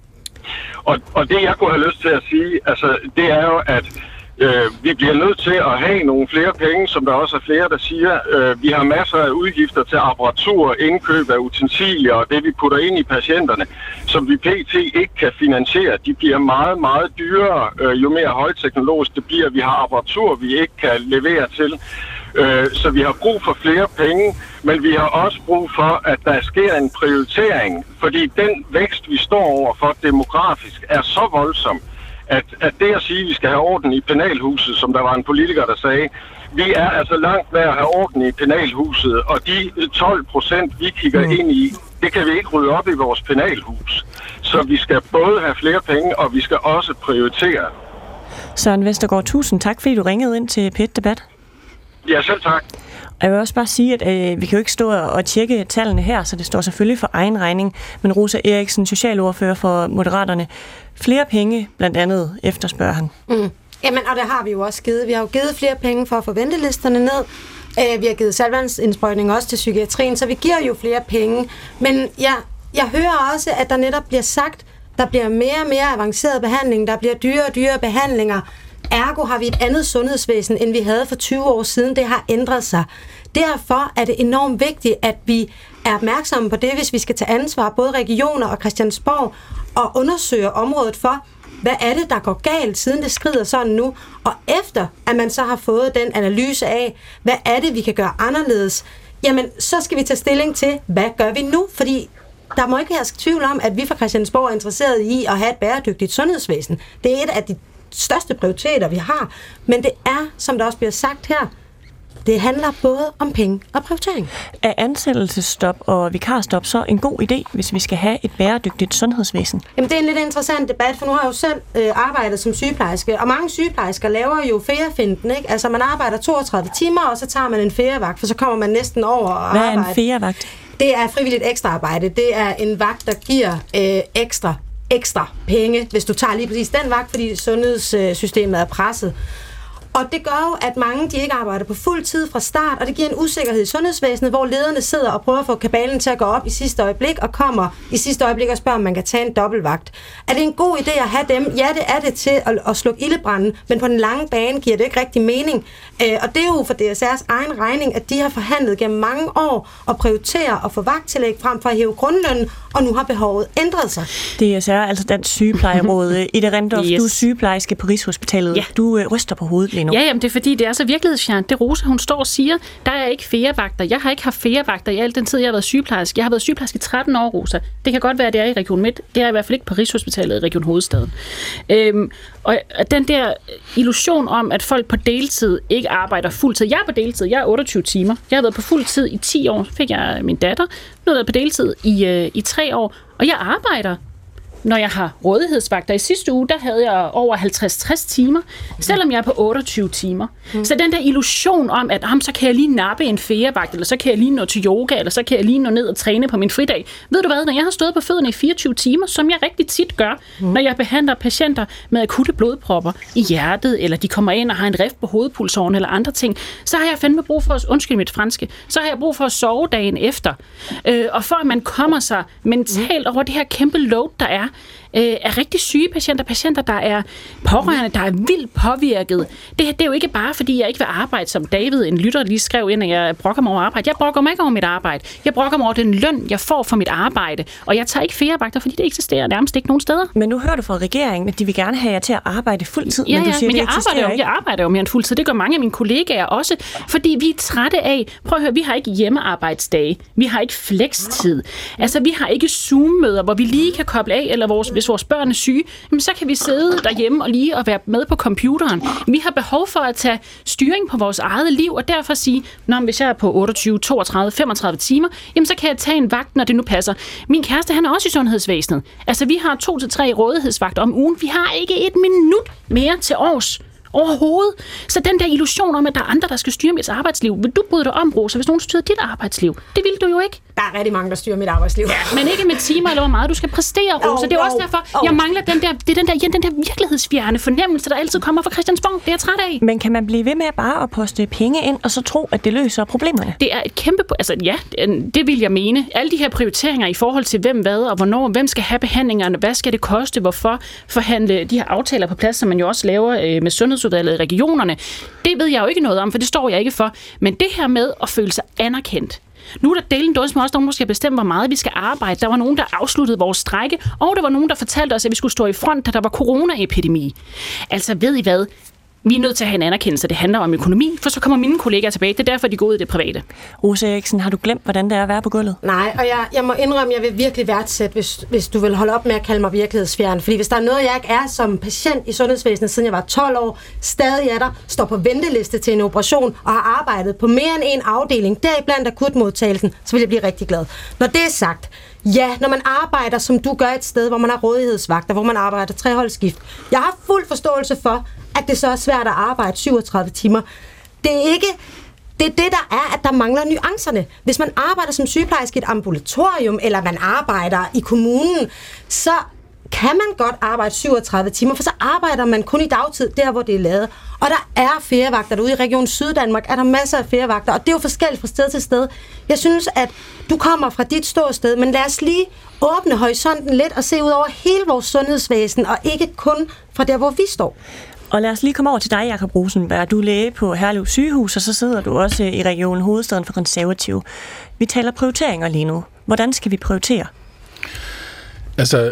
Og det jeg kunne have lyst til at sige, altså det er jo, at vi bliver nødt til at have nogle flere penge, som der også er flere, der siger. Vi har masser af udgifter til apparatur, indkøb af utensilier og det, vi putter ind i patienterne, som vi pt. Ikke kan finansiere. De bliver meget, meget dyrere, jo mere højteknologisk det bliver. Vi har apparatur, vi ikke kan levere til. Så vi har brug for flere penge, men vi har også brug for, at der sker en prioritering, fordi den vækst, vi står overfor demografisk, er så voldsom, at det at sige, at vi skal have orden i penalhuset, som der var en politiker, der sagde, vi er altså langt med at have orden i penalhuset, og de 12%, vi kigger ind i, det kan vi ikke rydde op i vores penalhus. Så vi skal både have flere penge, og vi skal også prioritere. Søren Vestergaard, tusind tak, fordi du ringede ind til P1 Debat. Ja, selv tak. Jeg vil også bare sige, at vi kan jo ikke stå og tjekke tallene her, så det står selvfølgelig for egen regning. Men Rosa Eriksen, socialordfører for Moderaterne, flere penge blandt andet efterspørger han. Jamen, og det har vi jo også givet. Vi har jo givet flere penge for at få ventelisterne ned. Vi har givet saltvandsindsprøjtning også til psykiatrien, så vi giver jo flere penge. Men jeg hører også, at der netop bliver sagt, der bliver mere og mere avanceret behandling, der bliver dyre og dyre behandlinger. Ergo har vi et andet sundhedsvæsen, end vi havde for 20 år siden. Det har ændret sig. Derfor er det enormt vigtigt, at vi er opmærksomme på det, hvis vi skal tage ansvar, både regioner og Christiansborg, og undersøge området for, hvad er det, der går galt, siden det skrider sådan nu. Og efter, at man så har fået den analyse af, hvad er det, vi kan gøre anderledes, jamen, så skal vi tage stilling til, hvad gør vi nu? Fordi der må ikke herske tvivl om, at vi fra Christiansborg er interesseret i at have et bæredygtigt sundhedsvæsen. Det er et af de største prioriteter, vi har. Men det er, som der også bliver sagt her, Det handler både om penge og prioritering. Er ansættelsesstop og vikarstop så en god idé, hvis vi skal have et bæredygtigt sundhedsvæsen? Jamen, det er en lidt interessant debat, for nu har jeg jo selv arbejdet som sygeplejerske, og mange sygeplejersker laver jo feriefinten, ikke? Altså, man arbejder 32 timer, og så tager man en ferievagt, for så kommer man næsten over og arbejder. Hvad er en ferievagt? Det er frivilligt ekstraarbejde. Det er en vagt, der giver ekstra penge, hvis du tager lige præcis den vagt, fordi sundhedssystemet er presset. Og det gør jo, at mange de ikke arbejder på fuld tid fra start, og det giver en usikkerhed i sundhedsvæsenet, hvor lederne sidder og prøver at få kabalen til at gå op i sidste øjeblik, og kommer i sidste øjeblik og spørger, om man kan tage en dobbeltvagt. Er det en god idé at have dem? Ja, det er det til at slukke ildebranden, men på den lange bane giver det ikke rigtig mening. Og det er jo for DSR's egen regning, at de har forhandlet gennem mange år og prioriterer at få vagttillæg frem for at hæve grundlønnen, og nu har behovet ændret sig. DSR, altså Dansk Sygeplejeråd. Ida Rendorf, yes. Du er sygeplejerske på Rigshospitalet. Ja. Du ryster på hovedet lige nu. Ja, jamen det er fordi, det er så virkelighedsfjernt. Det Rosa, hun står og siger, der er ikke ferievagter. Jeg har ikke haft ferievagter i al den tid, jeg har været sygeplejerske. Jeg har været sygeplejerske i 13 år, Rosa. Det kan godt være, at det er i Region Midt. Det er i hvert fald ikke på Rigshospitalet i Region Hovedstaden. Og den der illusion om, at folk på deltid ikke arbejder fuldtid. Jeg er på deltid. Jeg er 28 timer. Jeg har været på fuldtid i 10 år. Så fik jeg min datter. Nu har jeg været på deltid i 3 år. Og jeg arbejder, når jeg har rådighedsvagter. I sidste uge, der havde jeg over 50-60 timer, selvom jeg er på 28 timer. Så den der illusion om, at så kan jeg lige nappe en ferievagt, eller så kan jeg lige nå til yoga, eller så kan jeg lige nå ned og træne på min fridag. Ved du hvad, når jeg har stået på fødderne i 24 timer, som jeg rigtig tit gør, når jeg behandler patienter med akutte blodpropper i hjertet, eller de kommer ind og har en rift på hovedpulsåren, eller andre ting, så har jeg fandme brug for, undskyld mit franske, så har jeg brug for at sove dagen efter. Og for at man kommer sig mentalt over det her kæmpe load, der er rigtig syge patienter, der er pårørende, der er vildt påvirket. Det er jo ikke bare, fordi jeg ikke vil arbejde, som David, en lytter, lige skrev ind, at jeg brokker mig over arbejde. Jeg brokker mig ikke over mit arbejde. Jeg brokker mig over den løn, jeg får for mit arbejde. Og jeg tager ikke ferievagter, fordi det eksisterer nærmest ikke nogen steder. Men nu hører du fra regeringen, at de vil gerne have jer til at arbejde fuldtid. Ja, men du siger, men jeg arbejder jo mere end fuldtid. Det gør mange af mine kollegaer også, fordi vi er trætte af, prøv at høre, vi har ikke hjemmearbejdsdage. Vi har ikke flekstid. Altså, vi har ikke Zoom-møder, hvor vi lige kan koble af, eller hvis vores børn er syge, så kan vi sidde derhjemme og lige og være med på computeren. Vi har behov for at tage styring på vores eget liv, og derfor sige, hvis jeg er på 28, 32, 35 timer, jamen så kan jeg tage en vagt, når det nu passer. Min kæreste, han er også i sundhedsvæsenet. Altså, vi har 2 til 3 rådighedsvagter om ugen. Vi har ikke et minut mere til års. Overhovedet. Så den der illusion om, at der er andre, der skal styre mit arbejdsliv, vil du bryde dig om, Rosa, hvis nogen styrer dit arbejdsliv? Det vil du jo ikke. Der er rigtig mange, der styrer mit arbejdsliv. Ja, men ikke med timer eller hvor meget du skal præstere, Rosa. Det er også derfor, jeg mangler den der virkelighedsfjerne fornemmelse, der altid kommer fra Christiansborg. Det er jeg træt af. Men kan man blive ved med bare at poste penge ind, og så tro, at det løser problemerne? Det er et kæmpe... Altså ja, det vil jeg mene. Alle de her prioriteringer i forhold til hvem, hvad og hvornår, hvem skal have behandlingerne, hvad skal det koste, hvorfor forhandle de her aftaler på plads, som man jo også laver med sundhedsudvalget i regionerne. Det ved jeg jo ikke noget om, for det står jeg ikke for. Men det her med at føle sig anerkendt. Nu er der delen dås med os, nogen, der skal bestemme, hvor meget vi skal arbejde. Der var nogen, der afsluttede vores strejke, og der var nogen, der fortalte os, at vi skulle stå i front, da der var coronaepidemi. Altså, ved I hvad? Vi er nødt til at have en anerkendelse, det handler om økonomi, for så kommer mine kollegaer tilbage. Det er derfor, de går ud i det private. Rosa Eriksen, har du glemt, hvordan det er at være på gulvet? Nej, og jeg må indrømme, jeg vil virkelig værdsætte, hvis du vil holde op med at kalde mig virkelighedsfjern. Fordi hvis der er noget, jeg ikke er som patient i sundhedsvæsenet, siden jeg var 12 år, stadig er der, står på venteliste til en operation og har arbejdet på mere end en afdeling, deriblandt akutmodtagelsen, så vil jeg blive rigtig glad. Når det er sagt, ja, når man arbejder, som du gør et sted, hvor man har rådighedsvagter, hvor man arbejder 3-holdsskift. Jeg har fuld forståelse for, at det så er svært at arbejde 37 timer. Det er ikke... Det er det, der er, at der mangler nuancerne. Hvis man arbejder som sygeplejerske i et ambulatorium, eller man arbejder i kommunen, så kan man godt arbejde 37 timer, for så arbejder man kun i dagtid, der hvor det er lavet. Og der er ferievagter derude i Region Syddanmark, er der masser af ferievagter, og det er jo forskelligt fra sted til sted. Jeg synes, at du kommer fra dit ståsted, men lad os lige åbne horisonten lidt og se ud over hele vores sundhedsvæsen, og ikke kun fra der, hvor vi står. Og lad os lige komme over til dig, Jakob Rosenberg. Du er læge på Herlev Sygehus, og så sidder du også i Region Hovedstaden for Konservative. Vi taler prioriteringer lige nu. Hvordan skal vi prioritere? Altså,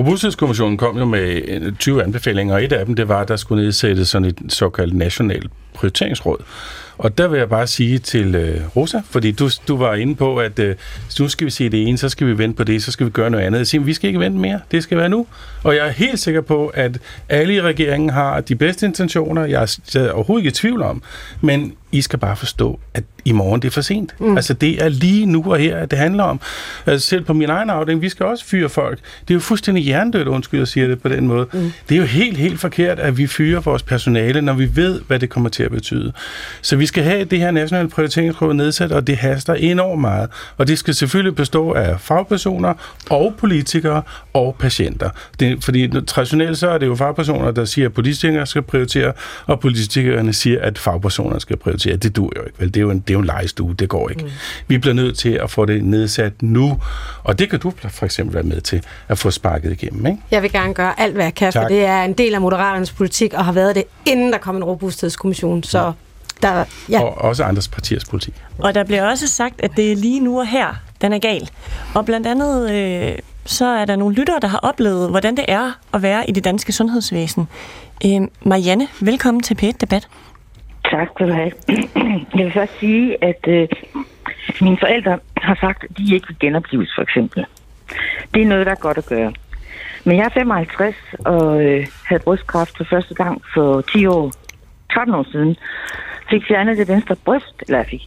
Robusthedskommissionen kom jo med 20 anbefalinger, og et af dem, det var, at der skulle nedsættes sådan et såkaldt nationalt Prioriteringsråd. Og der vil jeg bare sige til Rosa, fordi du var inde på, at nu skal vi se det ene, så skal vi vente på det, så skal vi gøre noget andet. Jeg siger, vi skal ikke vente mere, det skal være nu. Og jeg er helt sikker på, at alle i regeringen har de bedste intentioner, jeg er overhovedet ikke i tvivl om, men I skal bare forstå, at i morgen det er for sent. Altså det er lige nu og her, det handler om. Altså selv på min egen afdeling, vi skal også fyre folk. Det er jo fuldstændig hjernedødt, undskyld, jeg siger det på den måde. Det er jo helt forkert, at vi fyrer vores personale, når vi ved, hvad det kommer til at betyde. Så vi skal have det her nationale prioriteringsråd nedsat, og det haster enormt meget. Og det skal selvfølgelig bestå af fagpersoner og politikere og patienter. Fordi traditionelt så er det jo fagpersoner, der siger, at politikere skal prioritere, og politikerne siger, at fagpersoner skal prioritere. Det duer jo ikke, vel? Det er jo en legestue, det går ikke. Vi bliver nødt til at få det nedsat nu, og det kan du for eksempel være med til at få sparket igennem, ikke? Jeg vil gerne gøre alt, hvad jeg kan, for det er en del af Moderaternes politik, og har været det, inden der kom en robusthedskommission, så Og også andres partiers politik. Og der bliver også sagt, at det er lige nu og her, den er gal. Og blandt andet, så er der nogle lyttere, der har oplevet, hvordan det er at være i det danske sundhedsvæsen. Marianne, velkommen til P1 Debat. Tak skal du have. Jeg vil først sige, at mine forældre har sagt, at de ikke vil genoplives, for eksempel. Det er noget, der er godt at gøre. Men jeg er 55 og havde brystkræft for første gang for 13 år siden. Fik fjernet det venstre bryst, eller jeg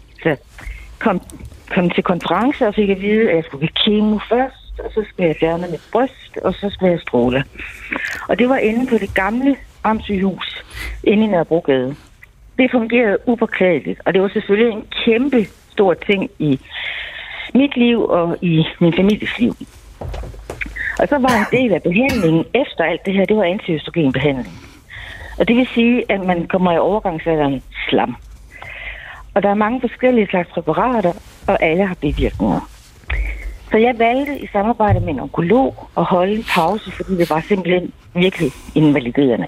kom til konference og fik at vide, at jeg skulle have kemo først, og så skulle jeg fjerne mit bryst, og så skulle jeg stråle. Og det var inde på det gamle amtssygehus, inde i Nørrebrogade. Det fungerede upåklageligt, og det var selvfølgelig en kæmpe stor ting i mit liv og i min families liv. Og så var en del af behandlingen efter alt det her, det var antiøstrogenbehandling. Og det vil sige, at man kommer i overgangsalderen slam. Og der er mange forskellige slags præparater, og alle har bivirkninger. Så jeg valgte i samarbejde med en onkolog at holde en pause, fordi det var simpelthen virkelig invaliderende.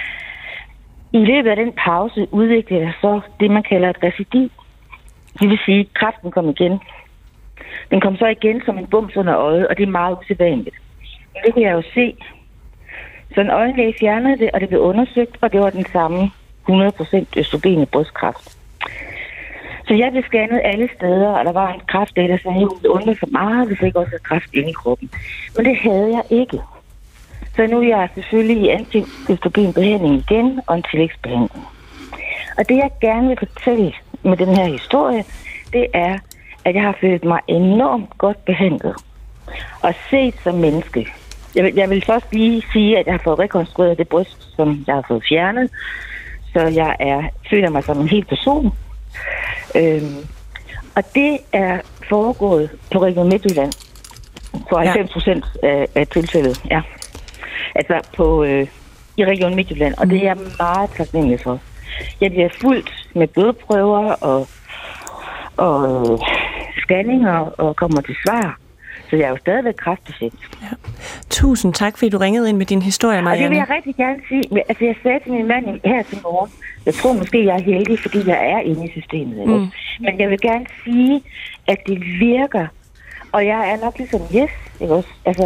I løbet af den pause udviklede jeg så det, man kalder et recidiv. Det vil sige, at kræften kom igen. Den kom så igen som en bums under øjet, og det er meget usædvanligt. Men det kan jeg jo se. Så en øjenlæge fjernede det, og det blev undersøgt, og det var den samme 100% østrogen i brystkræft. Så jeg blev scannet alle steder, og der var en kræftlæge, der sagde, at jeg undrede for meget, hvis jeg ikke også havde kræft inde i kroppen. Men det havde jeg ikke. Så nu er jeg selvfølgelig i antiøstrogenbehandling igen, og en tillægsbehandling. Og det jeg gerne vil fortælle med den her historie, det er, at jeg har følt mig enormt godt behandlet. Og set som menneske. Jeg vil først lige sige, at jeg har fået rekonstrueret det bryst, som jeg har fået fjernet. Så jeg føler mig som en hel person. Og det er foregået på Region Midtjylland. For 90% af tilfældet, ja. Altså i Region Midtjylland. Og det er jeg meget taknemmelig for. Jeg bliver fuldt med blodprøver og scanninger og kommer til svar. Så jeg er jo stadigvæk kræftpatient. Ja. Tusind tak, fordi du ringede ind med din historie, Marianne. Og det vil jeg rigtig gerne sige. Altså, jeg sagde til min mand her til morgen, jeg tror måske, jeg er heldig, fordi jeg er inde i systemet. Men jeg vil gerne sige, at det virker. Og jeg er nok ligesom ikke også? Altså,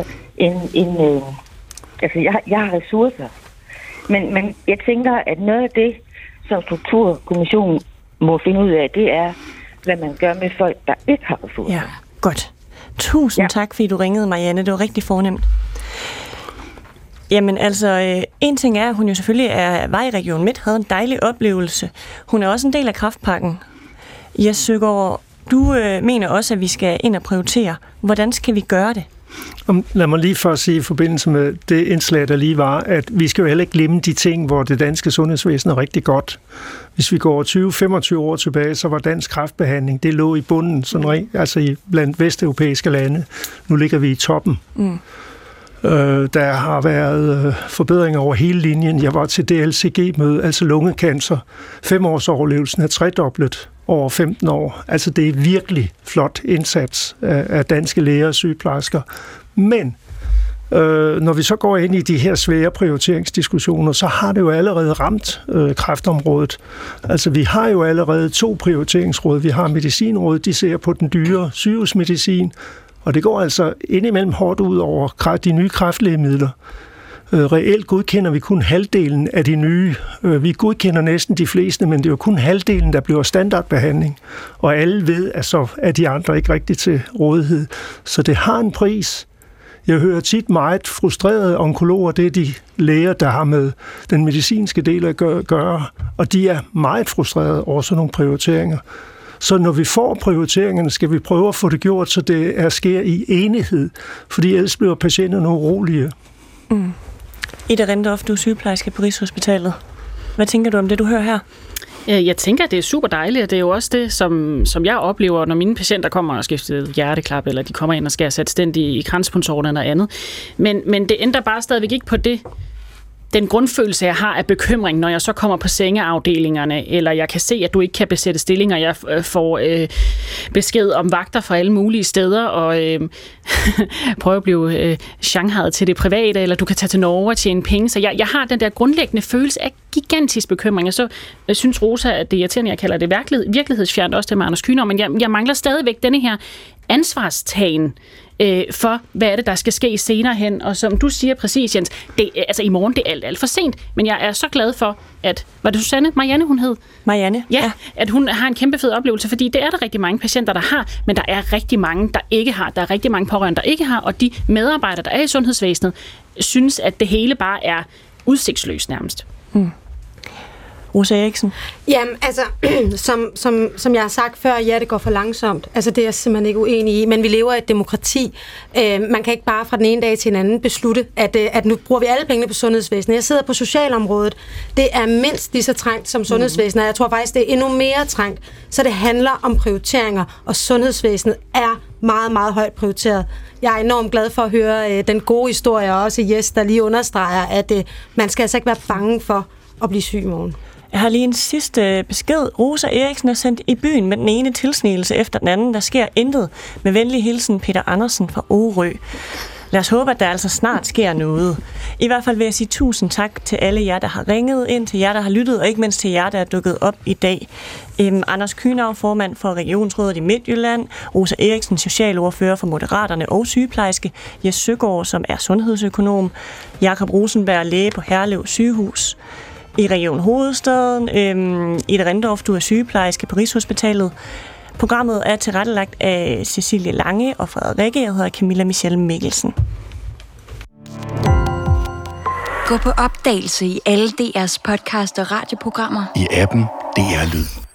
jeg har ressourcer. Men jeg tænker, at noget af det, som Strukturkommissionen må finde ud af, det er, hvad man gør med folk, der ikke har ressourcer. Ja, godt. Tusind tak, fordi du ringede, Marianne. Det var rigtig fornemt. Jamen altså, en ting er, at hun jo selvfølgelig var i Region Midt, havde en dejlig oplevelse. Hun er også en del af kræftpakken. Jes Søgaard, du mener også, at vi skal ind og prioritere. Hvordan skal vi gøre det? Lad mig lige først sige i forbindelse med det indslag, der lige var, at vi skal jo heller ikke glemme de ting, hvor det danske sundhedsvæsen er rigtig godt. Hvis vi går 20-25 år tilbage, så var dansk kræftbehandling, det lå i bunden, sådan, altså blandt vesteuropæiske lande. Nu ligger vi i toppen. Der har været forbedringer over hele linjen. Jeg var til DLCG-møde, altså lungekancer. 5-års-overlevelsen er tredoblet over 15 år. Altså det er virkelig flot indsats af danske læger og sygeplejersker. Men når vi så går ind i de her svære prioriteringsdiskussioner, så har det jo allerede ramt kræftområdet. Altså vi har jo allerede 2 prioriteringsråd. Vi har Medicinrådet, de ser på den dyre sygehusmedicin, og det går altså indimellem hårdt ud over de nye kræftlægemidler. Reelt godkender vi kun halvdelen af de nye. Vi godkender næsten de fleste, men det er jo kun halvdelen, der bliver standardbehandling. Og alle ved, at så er de andre ikke rigtig til rådighed. Så det har en pris. Jeg hører tit meget frustrerede onkologer, det er de læger, der har med den medicinske del at gøre, og de er meget frustrerede over sådan nogle prioriteringer. Så når vi får prioriteringerne, skal vi prøve at få det gjort, så det sker i enighed, fordi ellers bliver patienterne urolige. Ida Rendorf, du er sygeplejerske på Rigshospitalet. Hvad tænker du om det, du hører her? Jeg tænker, at det er super dejligt, og det er jo også det, som jeg oplever, når mine patienter kommer og skifter hjerteklap, eller de kommer ind og skal have sat stændig i kranspulsåren og andet. Men det ændrer bare stadigvæk ikke på det. Den grundfølelse, jeg har af bekymring, når jeg så kommer på sengeafdelingerne, eller jeg kan se, at du ikke kan besætte stillinger, jeg får besked om vagter fra alle mulige steder, og prøve at blive shanghajet til det private, eller du kan tage til Norge og tjene penge. Så jeg har den der grundlæggende følelse af gigantisk bekymring. Og så synes Rosa, at det er irriterende, jeg kalder det virkelighedsfjernt, også det med Anders Kühnau, men jeg mangler stadigvæk denne her ansvarstagen for, hvad er det, der skal ske senere hen. Og som du siger præcis, Jens, i morgen, det er alt for sent. Men jeg er så glad for, at, var det Susanne? Marianne, hun hed? Marianne, ja. At hun har en kæmpe fed oplevelse, fordi det er der rigtig mange patienter, der har, men der er rigtig mange, der ikke har. Der er rigtig mange pårørende, der ikke har, og de medarbejdere, der er i sundhedsvæsenet, synes, at det hele bare er udsigtsløst nærmest. Rosa Eriksen? Jamen, altså, som jeg har sagt før, ja, det går for langsomt. Altså, det er jeg simpelthen ikke uenig i, men vi lever i et demokrati. Man kan ikke bare fra den ene dag til en anden beslutte, at nu bruger vi alle pengene på sundhedsvæsenet. Jeg sidder på socialområdet. Det er mindst lige så trængt som sundhedsvæsenet, og jeg tror faktisk, det er endnu mere trængt. Så det handler om prioriteringer, og sundhedsvæsenet er meget, meget højt prioriteret. Jeg er enormt glad for at høre den gode historie, og også Jes, der lige understreger, at man skal altså ikke være bange for at blive syg i morgen. Jeg har lige en sidste besked. Rosa Eriksen er sendt i byen med den ene tilsnigelse efter den anden. Der sker intet. Med venlig hilsen, Peter Andersen fra Orø. Lad os håbe, at der altså snart sker noget. I hvert fald vil jeg sige tusind tak til alle jer, der har ringet ind, til jer, der har lyttet, og ikke mindst til jer, der er dukket op i dag. Anders Kühnau, formand for Regionsrådet i Midtjylland, Rosa Eriksen, socialordfører for Moderaterne og sygeplejerske, Jes Søgaard, som er sundhedsøkonom, Jakob Rosenberg, læge på Herlev Sygehus, i Region Hovedstaden. Ida Rendorf, du er sygeplejerske på Rigshospitalet. Programmet er tilrettelagt af Cecilie Lange og Frederikke. Jeg hedder Camilla Michelle Mikkelsen. Gå på opdagelse i alle DR's podcast og radioprogrammer. I appen DR Lyd.